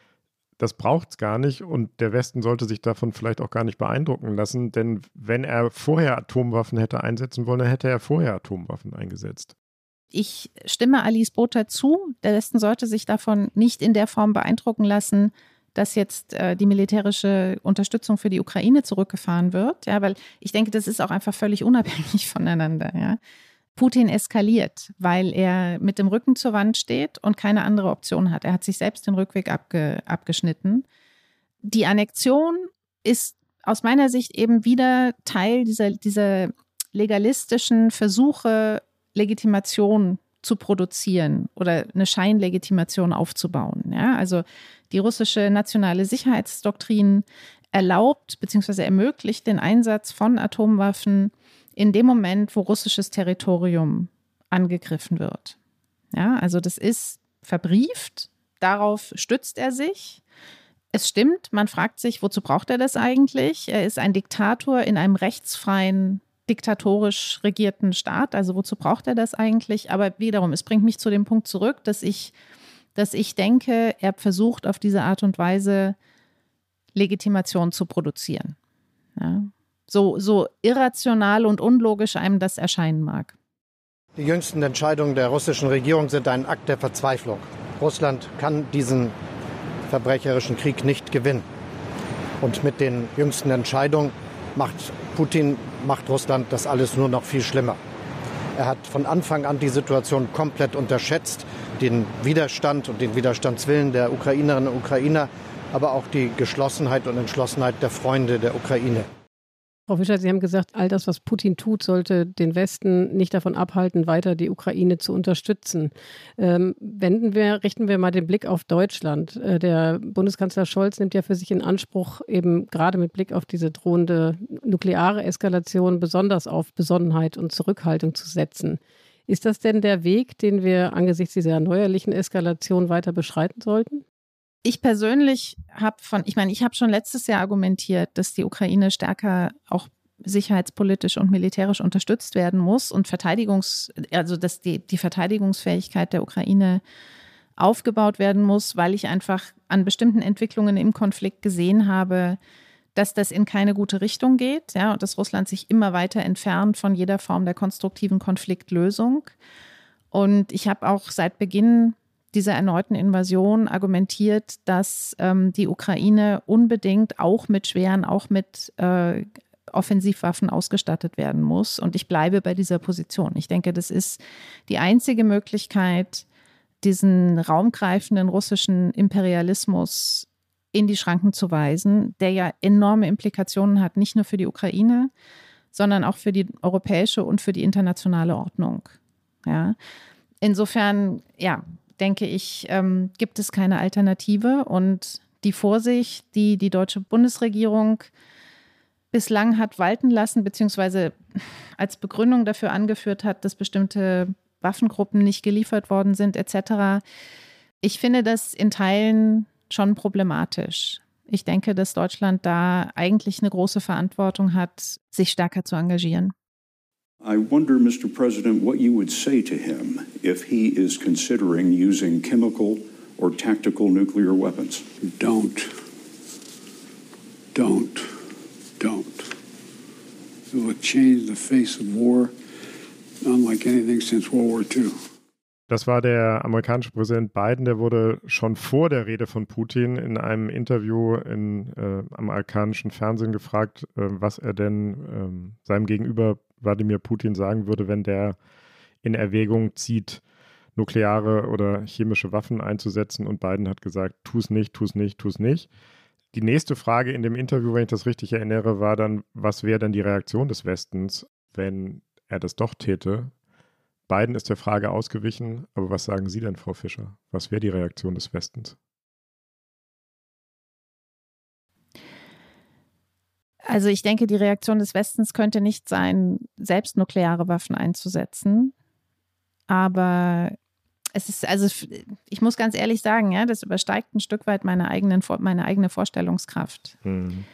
das braucht es gar nicht und der Westen sollte sich davon vielleicht auch gar nicht beeindrucken lassen, denn wenn er vorher Atomwaffen hätte einsetzen wollen, dann hätte er vorher Atomwaffen eingesetzt. Ich stimme Alice Botha zu, der Westen sollte sich davon nicht in der Form beeindrucken lassen, dass jetzt äh, die militärische Unterstützung für die Ukraine zurückgefahren wird, ja, weil ich denke, das ist auch einfach völlig unabhängig voneinander, ja. Putin eskaliert, weil er mit dem Rücken zur Wand steht und keine andere Option hat. Er hat sich selbst den Rückweg abge, abgeschnitten. Die Annexion ist aus meiner Sicht eben wieder Teil dieser, dieser legalistischen Versuche, Legitimation zu produzieren oder eine Scheinlegitimation aufzubauen. Ja, also die russische nationale Sicherheitsdoktrin erlaubt bzw. ermöglicht den Einsatz von Atomwaffen in dem Moment, wo russisches Territorium angegriffen wird. Ja, also das ist verbrieft, darauf stützt er sich. Es stimmt, man fragt sich, wozu braucht er das eigentlich? Er ist ein Diktator in einem rechtsfreien, diktatorisch regierten Staat, also wozu braucht er das eigentlich? Aber wiederum, es bringt mich zu dem Punkt zurück, dass ich, dass ich denke, er versucht auf diese Art und Weise Legitimation zu produzieren. Ja. So, so irrational und unlogisch einem das erscheinen mag. Die jüngsten Entscheidungen der russischen Regierung sind ein Akt der Verzweiflung. Russland kann diesen verbrecherischen Krieg nicht gewinnen. Und mit den jüngsten Entscheidungen macht Putin, macht Russland das alles nur noch viel schlimmer. Er hat von Anfang an die Situation komplett unterschätzt, den Widerstand und den Widerstandswillen der Ukrainerinnen und Ukrainer, aber auch die Geschlossenheit und Entschlossenheit der Freunde der Ukraine. Frau Fischer, Sie haben gesagt, all das, was Putin tut, sollte den Westen nicht davon abhalten, weiter die Ukraine zu unterstützen. Ähm, wenden wir, richten wir mal den Blick auf Deutschland. Äh, der Bundeskanzler Scholz nimmt ja für sich in Anspruch, eben gerade mit Blick auf diese drohende nukleare Eskalation besonders auf Besonnenheit und Zurückhaltung zu setzen. Ist das denn der Weg, den wir angesichts dieser neuerlichen Eskalation weiter beschreiten sollten? Ich persönlich habe von, ich meine, ich habe schon letztes Jahr argumentiert, dass die Ukraine stärker auch sicherheitspolitisch und militärisch unterstützt werden muss und Verteidigungs, also dass die, die Verteidigungsfähigkeit der Ukraine aufgebaut werden muss, weil ich einfach an bestimmten Entwicklungen im Konflikt gesehen habe, dass das in keine gute Richtung geht, ja, und dass Russland sich immer weiter entfernt von jeder Form der konstruktiven Konfliktlösung. Und ich habe auch seit Beginn dieser erneuten Invasion argumentiert, dass ähm, die Ukraine unbedingt auch mit schweren, auch mit äh, Offensivwaffen ausgestattet werden muss. Und ich bleibe bei dieser Position. Ich denke, das ist die einzige Möglichkeit, diesen raumgreifenden russischen Imperialismus in die Schranken zu weisen, der ja enorme Implikationen hat, nicht nur für die Ukraine, sondern auch für die europäische und für die internationale Ordnung. Ja. Insofern, ja, denke ich, ähm, gibt es keine Alternative. Und die Vorsicht, die die deutsche Bundesregierung bislang hat walten lassen, beziehungsweise als Begründung dafür angeführt hat, dass bestimmte Waffengruppen nicht geliefert worden sind, et cetera. Ich finde das in Teilen schon problematisch. Ich denke, dass Deutschland da eigentlich eine große Verantwortung hat, sich stärker zu engagieren. I wonder, Mister President, what you would say to him if he is considering using chemical or tactical nuclear weapons. Don't. Don't. Don't. It will change the face of war, unlike anything since World War Two. Das war der amerikanische Präsident Biden, der wurde schon vor der Rede von Putin in einem Interview in äh, amerikanischen Fernsehen gefragt, äh, was er denn äh, seinem Gegenüber Wladimir Putin sagen würde, wenn der in Erwägung zieht, nukleare oder chemische Waffen einzusetzen. Und Biden hat gesagt, tu es nicht, tu es nicht, tu es nicht. Die nächste Frage in dem Interview, wenn ich das richtig erinnere, war dann, was wäre denn die Reaktion des Westens, wenn er das doch täte? Biden ist der Frage ausgewichen, aber was sagen Sie denn, Frau Fischer? Was wäre die Reaktion des Westens? Also ich denke, die Reaktion des Westens könnte nicht sein, selbst nukleare Waffen einzusetzen. Aber es ist, also ich muss ganz ehrlich sagen, ja, das übersteigt ein Stück weit meine, eigenen, meine eigene Vorstellungskraft. Mhm.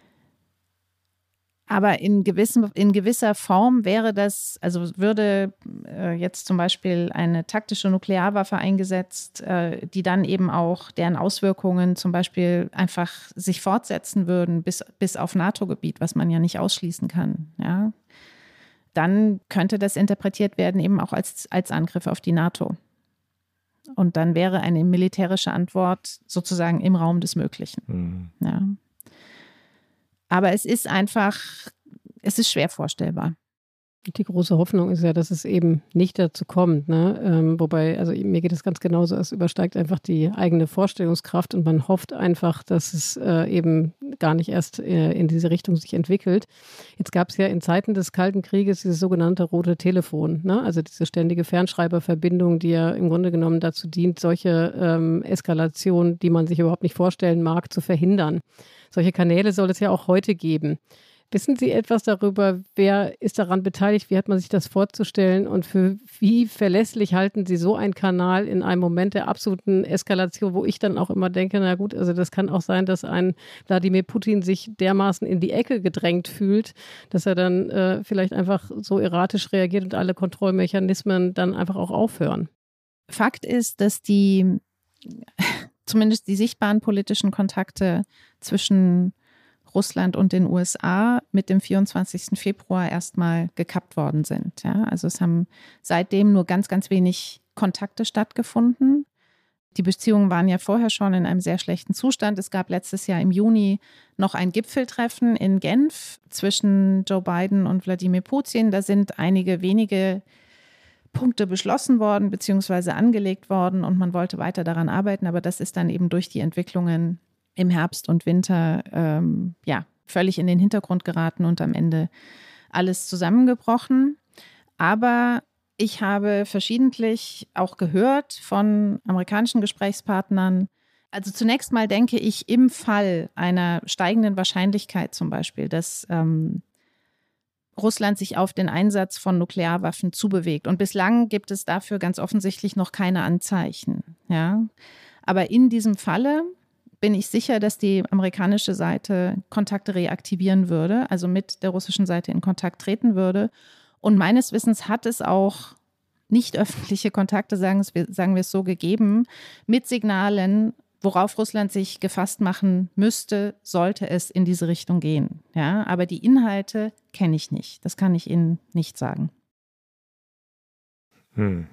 Aber in, gewissem, in gewisser Form wäre das, also würde äh, jetzt zum Beispiel eine taktische Nuklearwaffe eingesetzt, äh, die dann eben auch, deren Auswirkungen zum Beispiel einfach sich fortsetzen würden bis, bis auf NATO-Gebiet, was man ja nicht ausschließen kann. Ja? Dann könnte das interpretiert werden eben auch als, als Angriff auf die NATO. Und dann wäre eine militärische Antwort sozusagen im Raum des Möglichen. Mhm. Ja. Aber es ist einfach, es ist schwer vorstellbar. Die große Hoffnung ist ja, dass es eben nicht dazu kommt. Ne? Ähm, wobei, also mir geht es ganz genauso, es übersteigt einfach die eigene Vorstellungskraft und man hofft einfach, dass es äh, eben gar nicht erst äh, in diese Richtung sich entwickelt. Jetzt gab es ja in Zeiten des Kalten Krieges dieses sogenannte rote Telefon, ne? Also diese ständige Fernschreiberverbindung, die ja im Grunde genommen dazu dient, solche ähm, Eskalationen, die man sich überhaupt nicht vorstellen mag, zu verhindern. Solche Kanäle soll es ja auch heute geben. Wissen Sie etwas darüber, wer ist daran beteiligt, wie hat man sich das vorzustellen und für wie verlässlich halten Sie so einen Kanal in einem Moment der absoluten Eskalation, wo ich dann auch immer denke, na gut, also das kann auch sein, dass ein Wladimir Putin sich dermaßen in die Ecke gedrängt fühlt, dass er dann äh, vielleicht einfach so erratisch reagiert und alle Kontrollmechanismen dann einfach auch aufhören. Fakt ist, dass die, zumindest die sichtbaren politischen Kontakte zwischen Russland und den U S A mit dem vierundzwanzigsten Februar erstmal gekappt worden sind. Ja, also es haben seitdem nur ganz, ganz wenig Kontakte stattgefunden. Die Beziehungen waren ja vorher schon in einem sehr schlechten Zustand. Es gab letztes Jahr im Juni noch ein Gipfeltreffen in Genf zwischen Joe Biden und Wladimir Putin. Da sind einige wenige Punkte beschlossen worden bzw. angelegt worden und man wollte weiter daran arbeiten, aber das ist dann eben durch die Entwicklungen im Herbst und Winter ähm, ja, völlig in den Hintergrund geraten und am Ende alles zusammengebrochen. Aber ich habe verschiedentlich auch gehört von amerikanischen Gesprächspartnern. Also zunächst mal denke ich, im Fall einer steigenden Wahrscheinlichkeit zum Beispiel, dass ähm, Russland sich auf den Einsatz von Nuklearwaffen zubewegt. Und bislang gibt es dafür ganz offensichtlich noch keine Anzeichen. Ja? Aber in diesem Falle bin ich sicher, dass die amerikanische Seite Kontakte reaktivieren würde, also mit der russischen Seite in Kontakt treten würde. Und meines Wissens hat es auch nicht öffentliche Kontakte, sagen wir, sagen wir es so, gegeben, mit Signalen, worauf Russland sich gefasst machen müsste, sollte es in diese Richtung gehen. Ja, aber die Inhalte kenne ich nicht. Das kann ich Ihnen nicht sagen. Hm.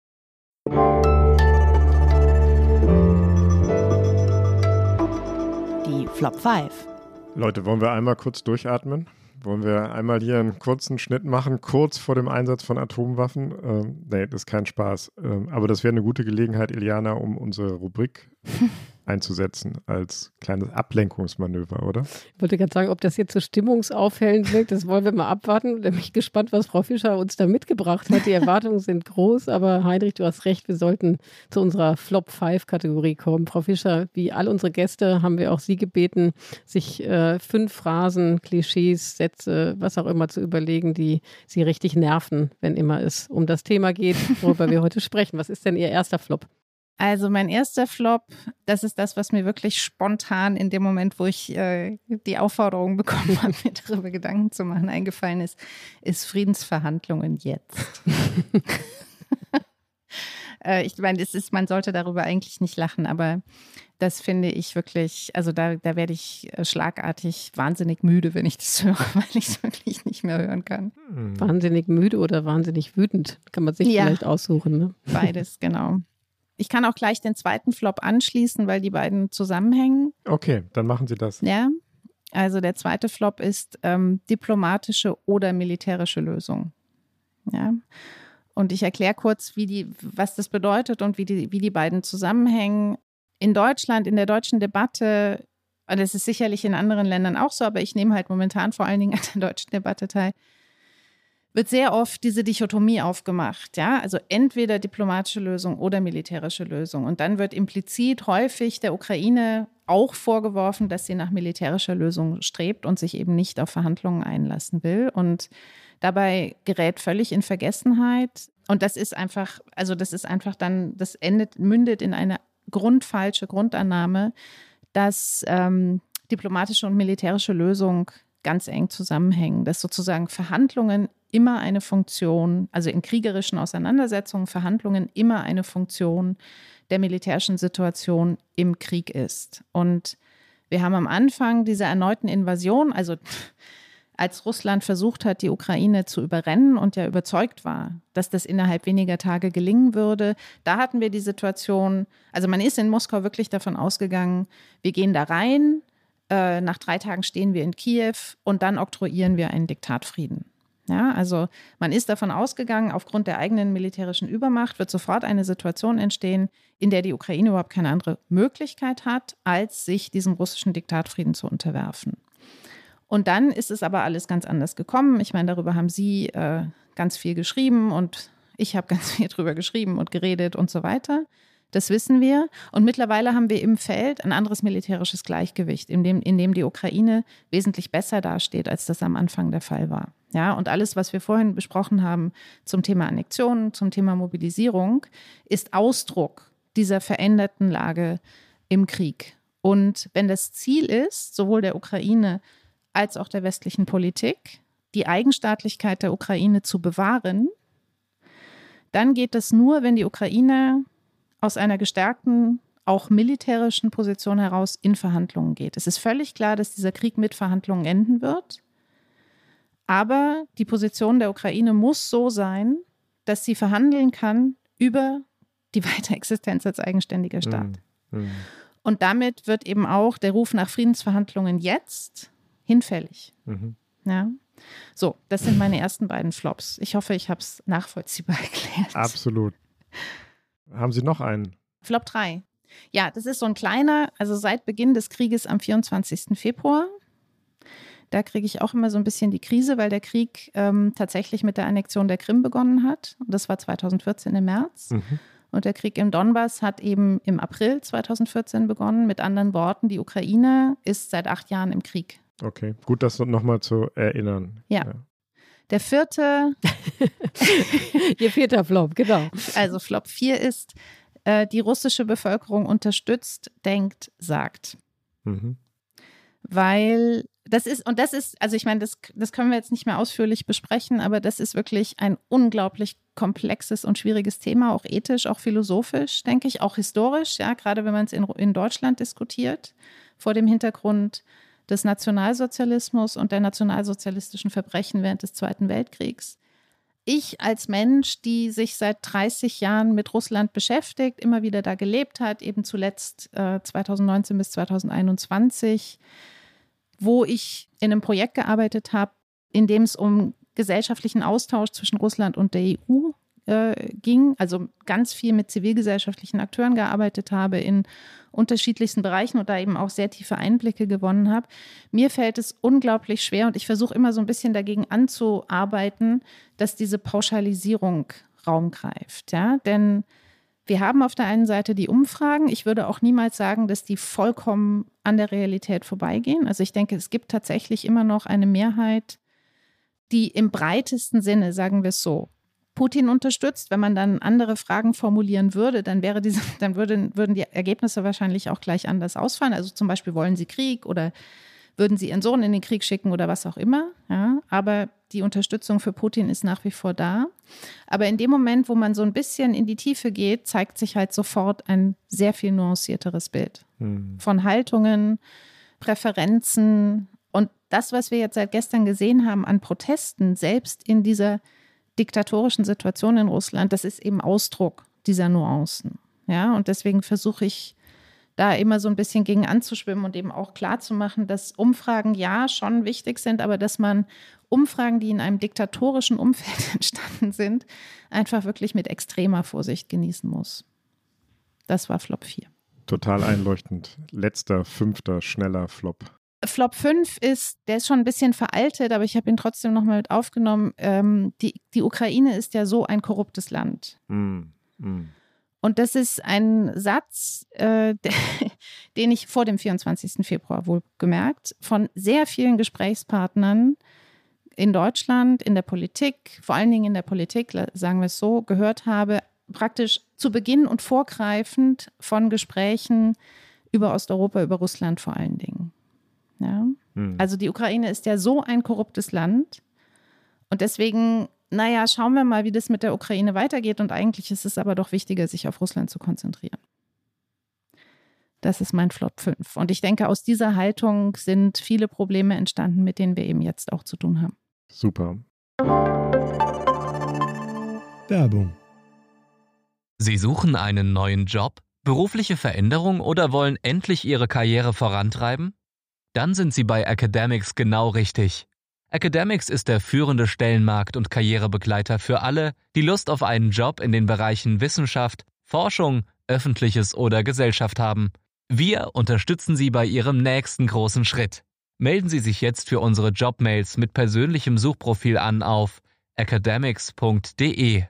Die Flop fünf. Leute, wollen wir einmal kurz durchatmen? Wollen wir einmal hier einen kurzen Schnitt machen, kurz vor dem Einsatz von Atomwaffen? Ähm, nee, das ist kein Spaß. Ähm, aber das wäre eine gute Gelegenheit, Iliana, um unsere Rubrik einzusetzen als kleines Ablenkungsmanöver, oder? Ich wollte gerade sagen, ob das jetzt so stimmungsaufhellend wirkt, das wollen wir mal abwarten. Da bin ich gespannt, was Frau Fischer uns da mitgebracht hat. Die Erwartungen sind groß, aber Heinrich, du hast recht, wir sollten zu unserer Flop fünf Kategorie kommen. Frau Fischer, wie all unsere Gäste haben wir auch Sie gebeten, sich äh, fünf Phrasen, Klischees, Sätze, was auch immer zu überlegen, die Sie richtig nerven, wenn immer es um das Thema geht, worüber wir heute sprechen. Was ist denn Ihr erster Flop? Also mein erster Flop, das ist das, was mir wirklich spontan in dem Moment, wo ich äh, die Aufforderung bekommen habe, mir darüber Gedanken zu machen, eingefallen ist, ist Friedensverhandlungen jetzt. äh, ich meine, es ist, man sollte darüber eigentlich nicht lachen, aber das finde ich wirklich, also da, da werde ich schlagartig wahnsinnig müde, wenn ich das höre, weil ich es wirklich nicht mehr hören kann. Hm. Wahnsinnig müde oder wahnsinnig wütend, kann man sich ja vielleicht aussuchen. Ne? Beides, genau. Ich kann auch gleich den zweiten Flop anschließen, weil die beiden zusammenhängen. Okay, dann machen Sie das. Ja, also der zweite Flop ist ähm, diplomatische oder militärische Lösung. Ja, und ich erkläre kurz, wie die, was das bedeutet und wie die, wie die beiden zusammenhängen. In Deutschland, in der deutschen Debatte, und das ist sicherlich in anderen Ländern auch so, aber ich nehme halt momentan vor allen Dingen an der deutschen Debatte teil, wird sehr oft diese Dichotomie aufgemacht, ja, also entweder diplomatische Lösung oder militärische Lösung. Und dann wird implizit häufig der Ukraine auch vorgeworfen, dass sie nach militärischer Lösung strebt und sich eben nicht auf Verhandlungen einlassen will. Und dabei gerät völlig in Vergessenheit. Und das ist einfach, also das ist einfach dann, das endet, mündet in eine grundfalsche Grundannahme, dass ähm, diplomatische und militärische Lösung ganz eng zusammenhängen, dass sozusagen Verhandlungen immer eine Funktion, also in kriegerischen Auseinandersetzungen Verhandlungen immer eine Funktion der militärischen Situation im Krieg ist. Und wir haben am Anfang dieser erneuten Invasion, also als Russland versucht hat, die Ukraine zu überrennen und ja überzeugt war, dass das innerhalb weniger Tage gelingen würde, da hatten wir die Situation, also man ist in Moskau wirklich davon ausgegangen, wir gehen da rein, äh, nach drei Tagen stehen wir in Kiew und dann oktroyieren wir einen Diktatfrieden. Ja, also man ist davon ausgegangen, aufgrund der eigenen militärischen Übermacht wird sofort eine Situation entstehen, in der die Ukraine überhaupt keine andere Möglichkeit hat, als sich diesem russischen Diktatfrieden zu unterwerfen. Und dann ist es aber alles ganz anders gekommen. Ich meine, darüber haben Sie äh, ganz viel geschrieben und ich habe ganz viel drüber geschrieben und geredet und so weiter. Das wissen wir. Und mittlerweile haben wir im Feld ein anderes militärisches Gleichgewicht, in dem, in dem die Ukraine wesentlich besser dasteht, als das am Anfang der Fall war. Ja, und alles, was wir vorhin besprochen haben zum Thema Annexion, zum Thema Mobilisierung, ist Ausdruck dieser veränderten Lage im Krieg. Und wenn das Ziel ist, sowohl der Ukraine als auch der westlichen Politik, die Eigenstaatlichkeit der Ukraine zu bewahren, dann geht das nur, wenn die Ukraine aus einer gestärkten, auch militärischen Position heraus in Verhandlungen geht. Es ist völlig klar, dass dieser Krieg mit Verhandlungen enden wird. Aber die Position der Ukraine muss so sein, dass sie verhandeln kann über die Weiterexistenz als eigenständiger Staat. Mhm. Mhm. Und damit wird eben auch der Ruf nach Friedensverhandlungen jetzt hinfällig. Mhm. Ja. So, das sind meine ersten beiden Flops. Ich hoffe, ich habe es nachvollziehbar erklärt. Absolut. Haben Sie noch einen? Flop drei. Ja, das ist so ein kleiner, also seit Beginn des Krieges am vierundzwanzigsten Februar. Da kriege ich auch immer so ein bisschen die Krise, weil der Krieg ähm, tatsächlich mit der Annexion der Krim begonnen hat. Und das war zweitausendvierzehn im März. Mhm. Und der Krieg im Donbass hat eben im April zweitausendvierzehn begonnen. Mit anderen Worten, die Ukraine ist seit acht Jahren im Krieg. Okay, gut, das nochmal zu erinnern. Ja. ja. Der vierte. Ihr vierter Flop, genau. Also Flop vier ist, äh, die russische Bevölkerung unterstützt, denkt, sagt. Mhm. Weil das ist, und das ist, also ich meine, das, das können wir jetzt nicht mehr ausführlich besprechen, aber das ist wirklich ein unglaublich komplexes und schwieriges Thema, auch ethisch, auch philosophisch, denke ich, auch historisch, ja, gerade wenn man es in, in Deutschland diskutiert, vor dem Hintergrund des Nationalsozialismus und der nationalsozialistischen Verbrechen während des Zweiten Weltkriegs. Ich als Mensch, die sich seit dreißig Jahren mit Russland beschäftigt, immer wieder da gelebt hat, eben zuletzt äh, zweitausendneunzehn bis zweitausendeinundzwanzig, wo ich in einem Projekt gearbeitet habe, in dem es um gesellschaftlichen Austausch zwischen Russland und der E U äh, ging, also ganz viel mit zivilgesellschaftlichen Akteuren gearbeitet habe in unterschiedlichsten Bereichen und da eben auch sehr tiefe Einblicke gewonnen habe. Mir fällt es unglaublich schwer und ich versuche immer so ein bisschen dagegen anzuarbeiten, dass diese Pauschalisierung Raum greift. Ja? Denn wir haben auf der einen Seite die Umfragen. Ich würde auch niemals sagen, dass die vollkommen an der Realität vorbeigehen. Also ich denke, es gibt tatsächlich immer noch eine Mehrheit, die im breitesten Sinne, sagen wir es so, Putin unterstützt. Wenn man dann andere Fragen formulieren würde, dann wäre diese, dann würden, würden die Ergebnisse wahrscheinlich auch gleich anders ausfallen. Also zum Beispiel, wollen sie Krieg oder würden sie ihren Sohn in den Krieg schicken oder was auch immer. Ja, aber die Unterstützung für Putin ist nach wie vor da. Aber in dem Moment, wo man so ein bisschen in die Tiefe geht, zeigt sich halt sofort ein sehr viel nuancierteres Bild hm. von Haltungen, Präferenzen. Und das, was wir jetzt seit gestern gesehen haben an Protesten, selbst in dieser diktatorischen Situation in Russland, das ist eben Ausdruck dieser Nuancen. Ja, und deswegen versuche ich da immer so ein bisschen gegen anzuschwimmen und eben auch klarzumachen, dass Umfragen ja schon wichtig sind, aber dass man Umfragen, die in einem diktatorischen Umfeld entstanden sind, einfach wirklich mit extremer Vorsicht genießen muss. Das war Flop vier. Total einleuchtend. Letzter, fünfter, schneller Flop. Flop fünf ist, der ist schon ein bisschen veraltet, aber ich habe ihn trotzdem nochmal mit aufgenommen. Ähm, die, die Ukraine ist ja so ein korruptes Land. Mm, mm. Und das ist ein Satz, äh, der, den ich vor dem vierundzwanzigsten Februar wohlgemerkt von sehr vielen Gesprächspartnern in Deutschland, in der Politik, vor allen Dingen in der Politik, sagen wir es so, gehört habe, praktisch zu Beginn und vorgreifend von Gesprächen über Osteuropa, über Russland vor allen Dingen. Ja? Hm. Also die Ukraine ist ja so ein korruptes Land und deswegen, naja, schauen wir mal, wie das mit der Ukraine weitergeht und eigentlich ist es aber doch wichtiger, sich auf Russland zu konzentrieren. Das ist mein Flop fünf und ich denke, aus dieser Haltung sind viele Probleme entstanden, mit denen wir eben jetzt auch zu tun haben. Super. Werbung. Sie suchen einen neuen Job, berufliche Veränderung oder wollen endlich Ihre Karriere vorantreiben? Dann sind Sie bei Academics genau richtig. Academics ist der führende Stellenmarkt- und Karrierebegleiter für alle, die Lust auf einen Job in den Bereichen Wissenschaft, Forschung, Öffentliches oder Gesellschaft haben. Wir unterstützen Sie bei Ihrem nächsten großen Schritt. Melden Sie sich jetzt für unsere Jobmails mit persönlichem Suchprofil an auf academics punkt de.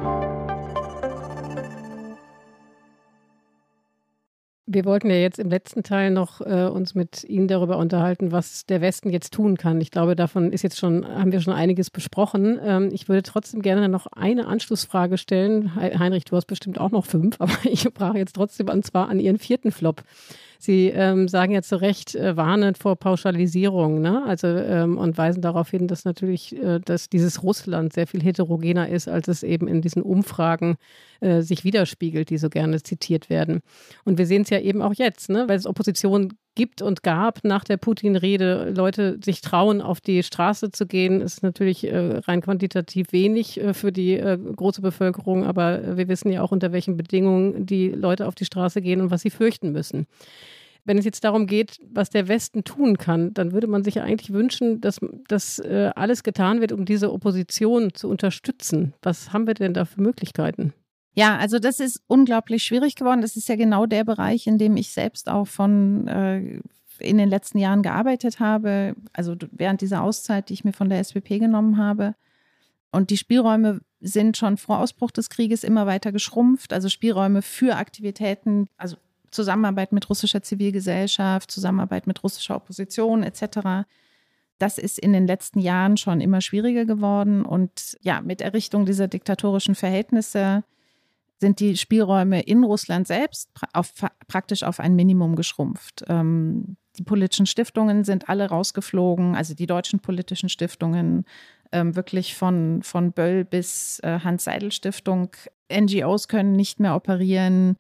Wir wollten ja jetzt im letzten Teil noch äh, uns mit Ihnen darüber unterhalten, was der Westen jetzt tun kann. Ich glaube, davon ist jetzt schon, haben wir schon einiges besprochen. Ähm, ich würde trotzdem gerne noch eine Anschlussfrage stellen. Heinrich, du hast bestimmt auch noch fünf, aber ich frage jetzt trotzdem und zwar an Ihren vierten Flop. Sie ähm, sagen ja zu Recht, äh, warnen vor Pauschalisierung, ne? Also ähm, und weisen darauf hin, dass natürlich, äh, dass dieses Russland sehr viel heterogener ist, als es eben in diesen Umfragen äh, sich widerspiegelt, die so gerne zitiert werden. Und wir sehen es ja eben auch jetzt, ne? Weil es Opposition gibt und gab nach der Putin-Rede, Leute sich trauen, auf die Straße zu gehen, ist natürlich äh, rein quantitativ wenig äh, für die äh, große Bevölkerung, aber äh, wir wissen ja auch, unter welchen Bedingungen die Leute auf die Straße gehen und was sie fürchten müssen. Wenn es jetzt darum geht, was der Westen tun kann, dann würde man sich ja eigentlich wünschen, dass, dass äh, alles getan wird, um diese Opposition zu unterstützen. Was haben wir denn da für Möglichkeiten? Ja, also das ist unglaublich schwierig geworden. Das ist ja genau der Bereich, in dem ich selbst auch von äh, in den letzten Jahren gearbeitet habe. Also während dieser Auszeit, die ich mir von der S P P genommen habe. Und die Spielräume sind schon vor Ausbruch des Krieges immer weiter geschrumpft. Also Spielräume für Aktivitäten, also Zusammenarbeit mit russischer Zivilgesellschaft, Zusammenarbeit mit russischer Opposition et cetera. Das ist in den letzten Jahren schon immer schwieriger geworden. Und ja, mit Errichtung dieser diktatorischen Verhältnisse sind die Spielräume in Russland selbst auf, praktisch auf ein Minimum geschrumpft. Ähm, die politischen Stiftungen sind alle rausgeflogen, also die deutschen politischen Stiftungen, ähm, wirklich von, von Böll bis äh, Hans-Seidel-Stiftung. N G Os können nicht mehr operieren.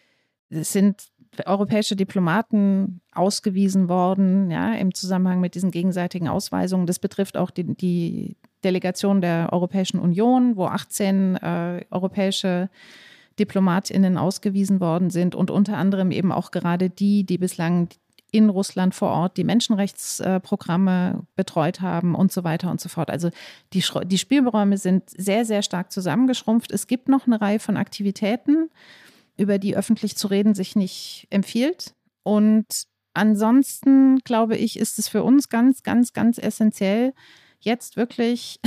Es sind europäische Diplomaten ausgewiesen worden, ja, im Zusammenhang mit diesen gegenseitigen Ausweisungen. Das betrifft auch die, die Delegation der Europäischen Union, wo achtzehn äh, europäische DiplomatInnen ausgewiesen worden sind und unter anderem eben auch gerade die, die bislang in Russland vor Ort die Menschenrechtsprogramme betreut haben und so weiter und so fort. Also die, die Spielräume sind sehr, sehr stark zusammengeschrumpft. Es gibt noch eine Reihe von Aktivitäten, über die öffentlich zu reden sich nicht empfiehlt. Und ansonsten, glaube ich, ist es für uns ganz, ganz, ganz essentiell, jetzt wirklich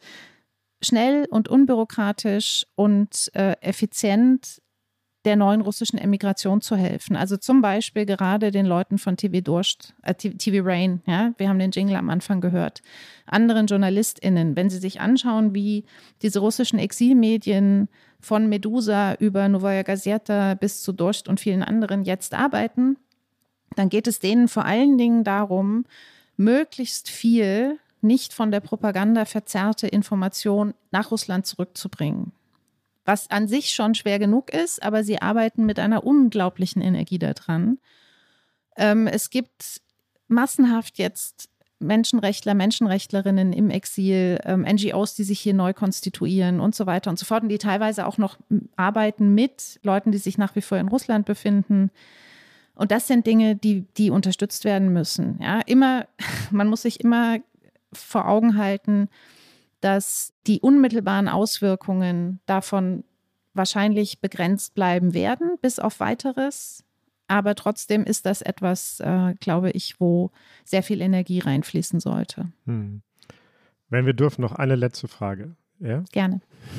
schnell und unbürokratisch und äh, effizient der neuen russischen Emigration zu helfen. Also zum Beispiel gerade den Leuten von T V Dorscht, äh, T V Rain, ja, wir haben den Jingle am Anfang gehört, anderen JournalistInnen, wenn sie sich anschauen, wie diese russischen Exilmedien von Medusa über Novaya Gazeta bis zu Dorscht und vielen anderen jetzt arbeiten, dann geht es denen vor allen Dingen darum, möglichst viel nicht von der Propaganda verzerrte Information nach Russland zurückzubringen. Was an sich schon schwer genug ist, aber sie arbeiten mit einer unglaublichen Energie daran. Ähm, es gibt massenhaft jetzt Menschenrechtler, Menschenrechtlerinnen im Exil, ähm, N G Os, die sich hier neu konstituieren und so weiter und so fort und die teilweise auch noch arbeiten mit Leuten, die sich nach wie vor in Russland befinden. Und das sind Dinge, die, die unterstützt werden müssen. Ja, immer, man muss sich immer vor Augen halten, dass die unmittelbaren Auswirkungen davon wahrscheinlich begrenzt bleiben werden, bis auf Weiteres. Aber trotzdem ist das etwas, äh, glaube ich, wo sehr viel Energie reinfließen sollte. Hm. Wenn wir dürfen, noch eine letzte Frage. Ja? Gerne.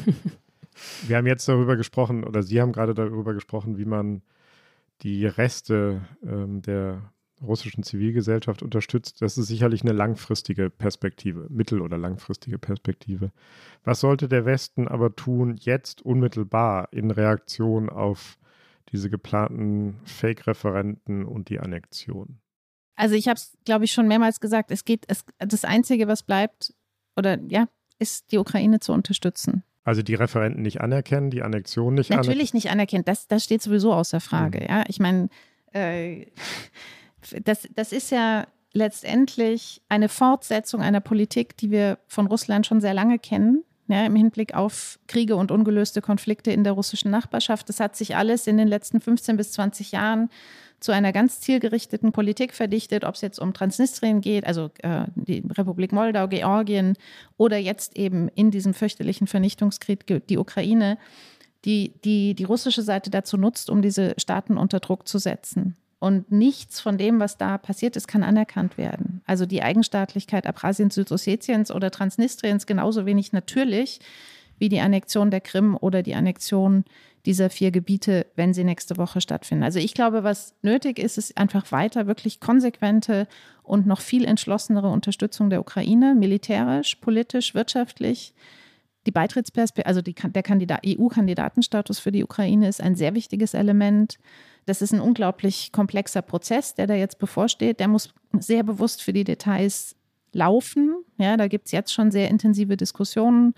Wir haben jetzt darüber gesprochen, oder Sie haben gerade darüber gesprochen, wie man die Reste ähm, der russischen Zivilgesellschaft unterstützt. Das ist sicherlich eine langfristige Perspektive, mittel- oder langfristige Perspektive. Was sollte der Westen aber tun, jetzt unmittelbar in Reaktion auf diese geplanten Fake-Referenden und die Annexion? Also ich habe es, glaube ich, schon mehrmals gesagt, es geht, es, das Einzige, was bleibt, oder ja, ist die Ukraine zu unterstützen. Also die Referenden nicht anerkennen, die Annexion nicht anerkennen? Natürlich nicht anerkennen, das, das steht sowieso außer Frage. Mhm. Ja, ich meine, äh, das, das ist ja letztendlich eine Fortsetzung einer Politik, die wir von Russland schon sehr lange kennen, ja, im Hinblick auf Kriege und ungelöste Konflikte in der russischen Nachbarschaft. Das hat sich alles in den letzten fünfzehn bis zwanzig Jahren zu einer ganz zielgerichteten Politik verdichtet, ob es jetzt um Transnistrien geht, also äh, die Republik Moldau, Georgien oder jetzt eben in diesem fürchterlichen Vernichtungskrieg die Ukraine, die, die die russische Seite dazu nutzt, um diese Staaten unter Druck zu setzen. Und nichts von dem, was da passiert ist, kann anerkannt werden. Also die Eigenstaatlichkeit Abchasiens, Südossetiens oder Transnistriens genauso wenig natürlich wie die Annexion der Krim oder die Annexion dieser vier Gebiete, wenn sie nächste Woche stattfinden. Also ich glaube, was nötig ist, ist einfach weiter wirklich konsequente und noch viel entschlossenere Unterstützung der Ukraine, militärisch, politisch, wirtschaftlich. Die Beitrittsperspektive, also die, der Kandidat, E U-Kandidatenstatus für die Ukraine ist ein sehr wichtiges Element. Das ist ein unglaublich komplexer Prozess, der da jetzt bevorsteht. Der muss sehr bewusst für die Details laufen. Ja, da gibt es jetzt schon sehr intensive Diskussionen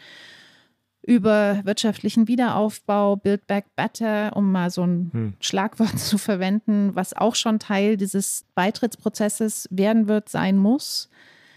über wirtschaftlichen Wiederaufbau, Build Back Better, um mal so ein hm. Schlagwort zu verwenden, was auch schon Teil dieses Beitrittsprozesses werden wird, sein muss.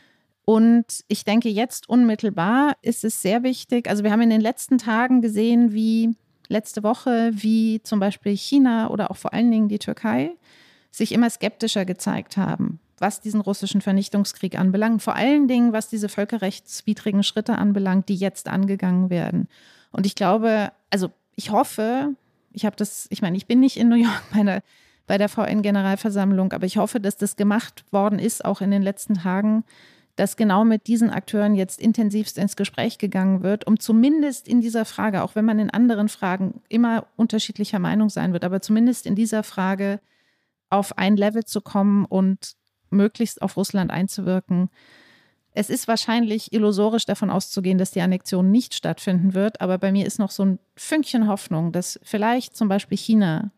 Und ich denke, jetzt unmittelbar ist es sehr wichtig, also wir haben in den letzten Tagen gesehen, wie letzte Woche, wie zum Beispiel China oder auch vor allen Dingen die Türkei sich immer skeptischer gezeigt haben, was diesen russischen Vernichtungskrieg anbelangt. Vor allen Dingen, was diese völkerrechtswidrigen Schritte anbelangt, die jetzt angegangen werden. Und ich glaube, also ich hoffe, ich habe das, ich meine, ich bin nicht in New York bei der, bei der V N-Generalversammlung, aber ich hoffe, dass das gemacht worden ist, auch in den letzten Tagen, dass genau mit diesen Akteuren jetzt intensivst ins Gespräch gegangen wird, um zumindest in dieser Frage, auch wenn man in anderen Fragen immer unterschiedlicher Meinung sein wird, aber zumindest in dieser Frage auf ein Level zu kommen und möglichst auf Russland einzuwirken. Es ist wahrscheinlich illusorisch davon auszugehen, dass die Annexion nicht stattfinden wird, aber bei mir ist noch so ein Fünkchen Hoffnung, dass vielleicht zum Beispiel China,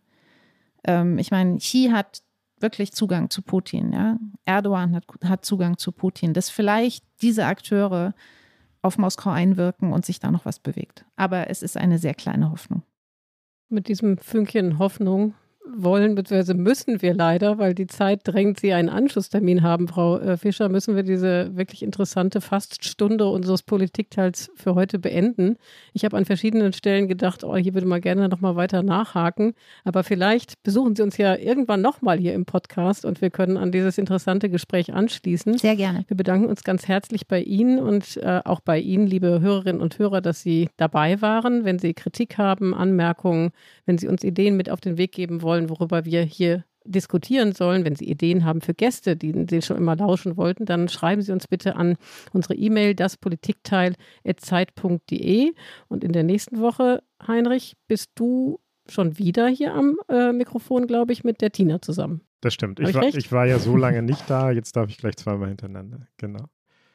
ähm, ich meine, Xi hat wirklich Zugang zu Putin, ja. Erdogan hat, hat Zugang zu Putin, dass vielleicht diese Akteure auf Moskau einwirken und sich da noch was bewegt. Aber es ist eine sehr kleine Hoffnung. Mit diesem Fünkchen Hoffnung wollen bzw. müssen wir leider, weil die Zeit drängt, Sie einen Anschlusstermin haben, Frau äh, Fischer, müssen wir diese wirklich interessante Faststunde unseres Politikteils für heute beenden. Ich habe an verschiedenen Stellen gedacht, oh, hier würde man gerne noch mal weiter nachhaken, aber vielleicht besuchen Sie uns ja irgendwann noch mal hier im Podcast und wir können an dieses interessante Gespräch anschließen. Sehr gerne. Wir bedanken uns ganz herzlich bei Ihnen und äh, auch bei Ihnen, liebe Hörerinnen und Hörer, dass Sie dabei waren. Wenn Sie Kritik haben, Anmerkungen, wenn Sie uns Ideen mit auf den Weg geben wollen, worüber wir hier diskutieren sollen. Wenn Sie Ideen haben für Gäste, die Sie schon immer lauschen wollten, dann schreiben Sie uns bitte an unsere E-Mail daspolitikteil at zeit punkt de. Und in der nächsten Woche, Heinrich, bist du schon wieder hier am äh, Mikrofon, glaube ich, mit der Tina zusammen. Das stimmt. Ich, ich, war, ich war ja so lange nicht da, jetzt darf ich gleich zweimal hintereinander. Genau.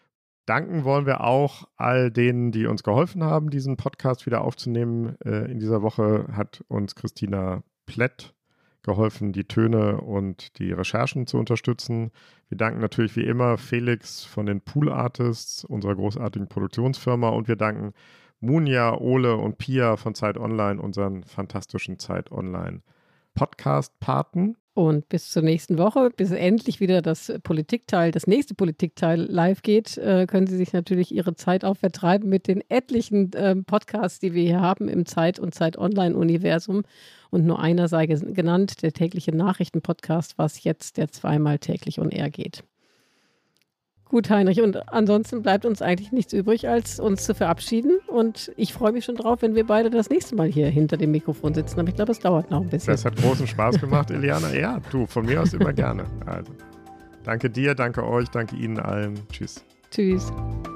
Danken wollen wir auch all denen, die uns geholfen haben, diesen Podcast wieder aufzunehmen. Äh, in dieser Woche hat uns Christina Plett geholfen, die Töne und die Recherchen zu unterstützen. Wir danken natürlich wie immer Felix von den Pool Artists, unserer großartigen Produktionsfirma, und wir danken Munja, Ole und Pia von Zeit Online, unseren fantastischen Zeit Online Podcast-Paten. Und bis zur nächsten Woche, bis endlich wieder das Politikteil, das nächste Politikteil live geht, äh, können Sie sich natürlich Ihre Zeit auch vertreiben mit den etlichen äh, Podcasts, die wir hier haben im Zeit- und Zeit-Online-Universum. Und nur einer sei genannt, der tägliche Nachrichten-Podcast, was jetzt der zweimal täglich on air geht. Gut, Heinrich, und ansonsten bleibt uns eigentlich nichts übrig, als uns zu verabschieden. Und ich freue mich schon drauf, wenn wir beide das nächste Mal hier hinter dem Mikrofon sitzen. Aber ich glaube, es dauert noch ein bisschen. Das hat großen Spaß gemacht, Iliana. Ja, du, von mir aus immer gerne. Also, danke dir, danke euch, danke Ihnen allen. Tschüss. Tschüss.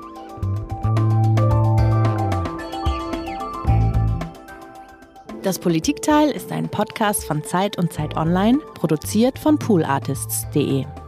Das Politikteil ist ein Podcast von Zeit und Zeit Online, produziert von pool artists punkt de.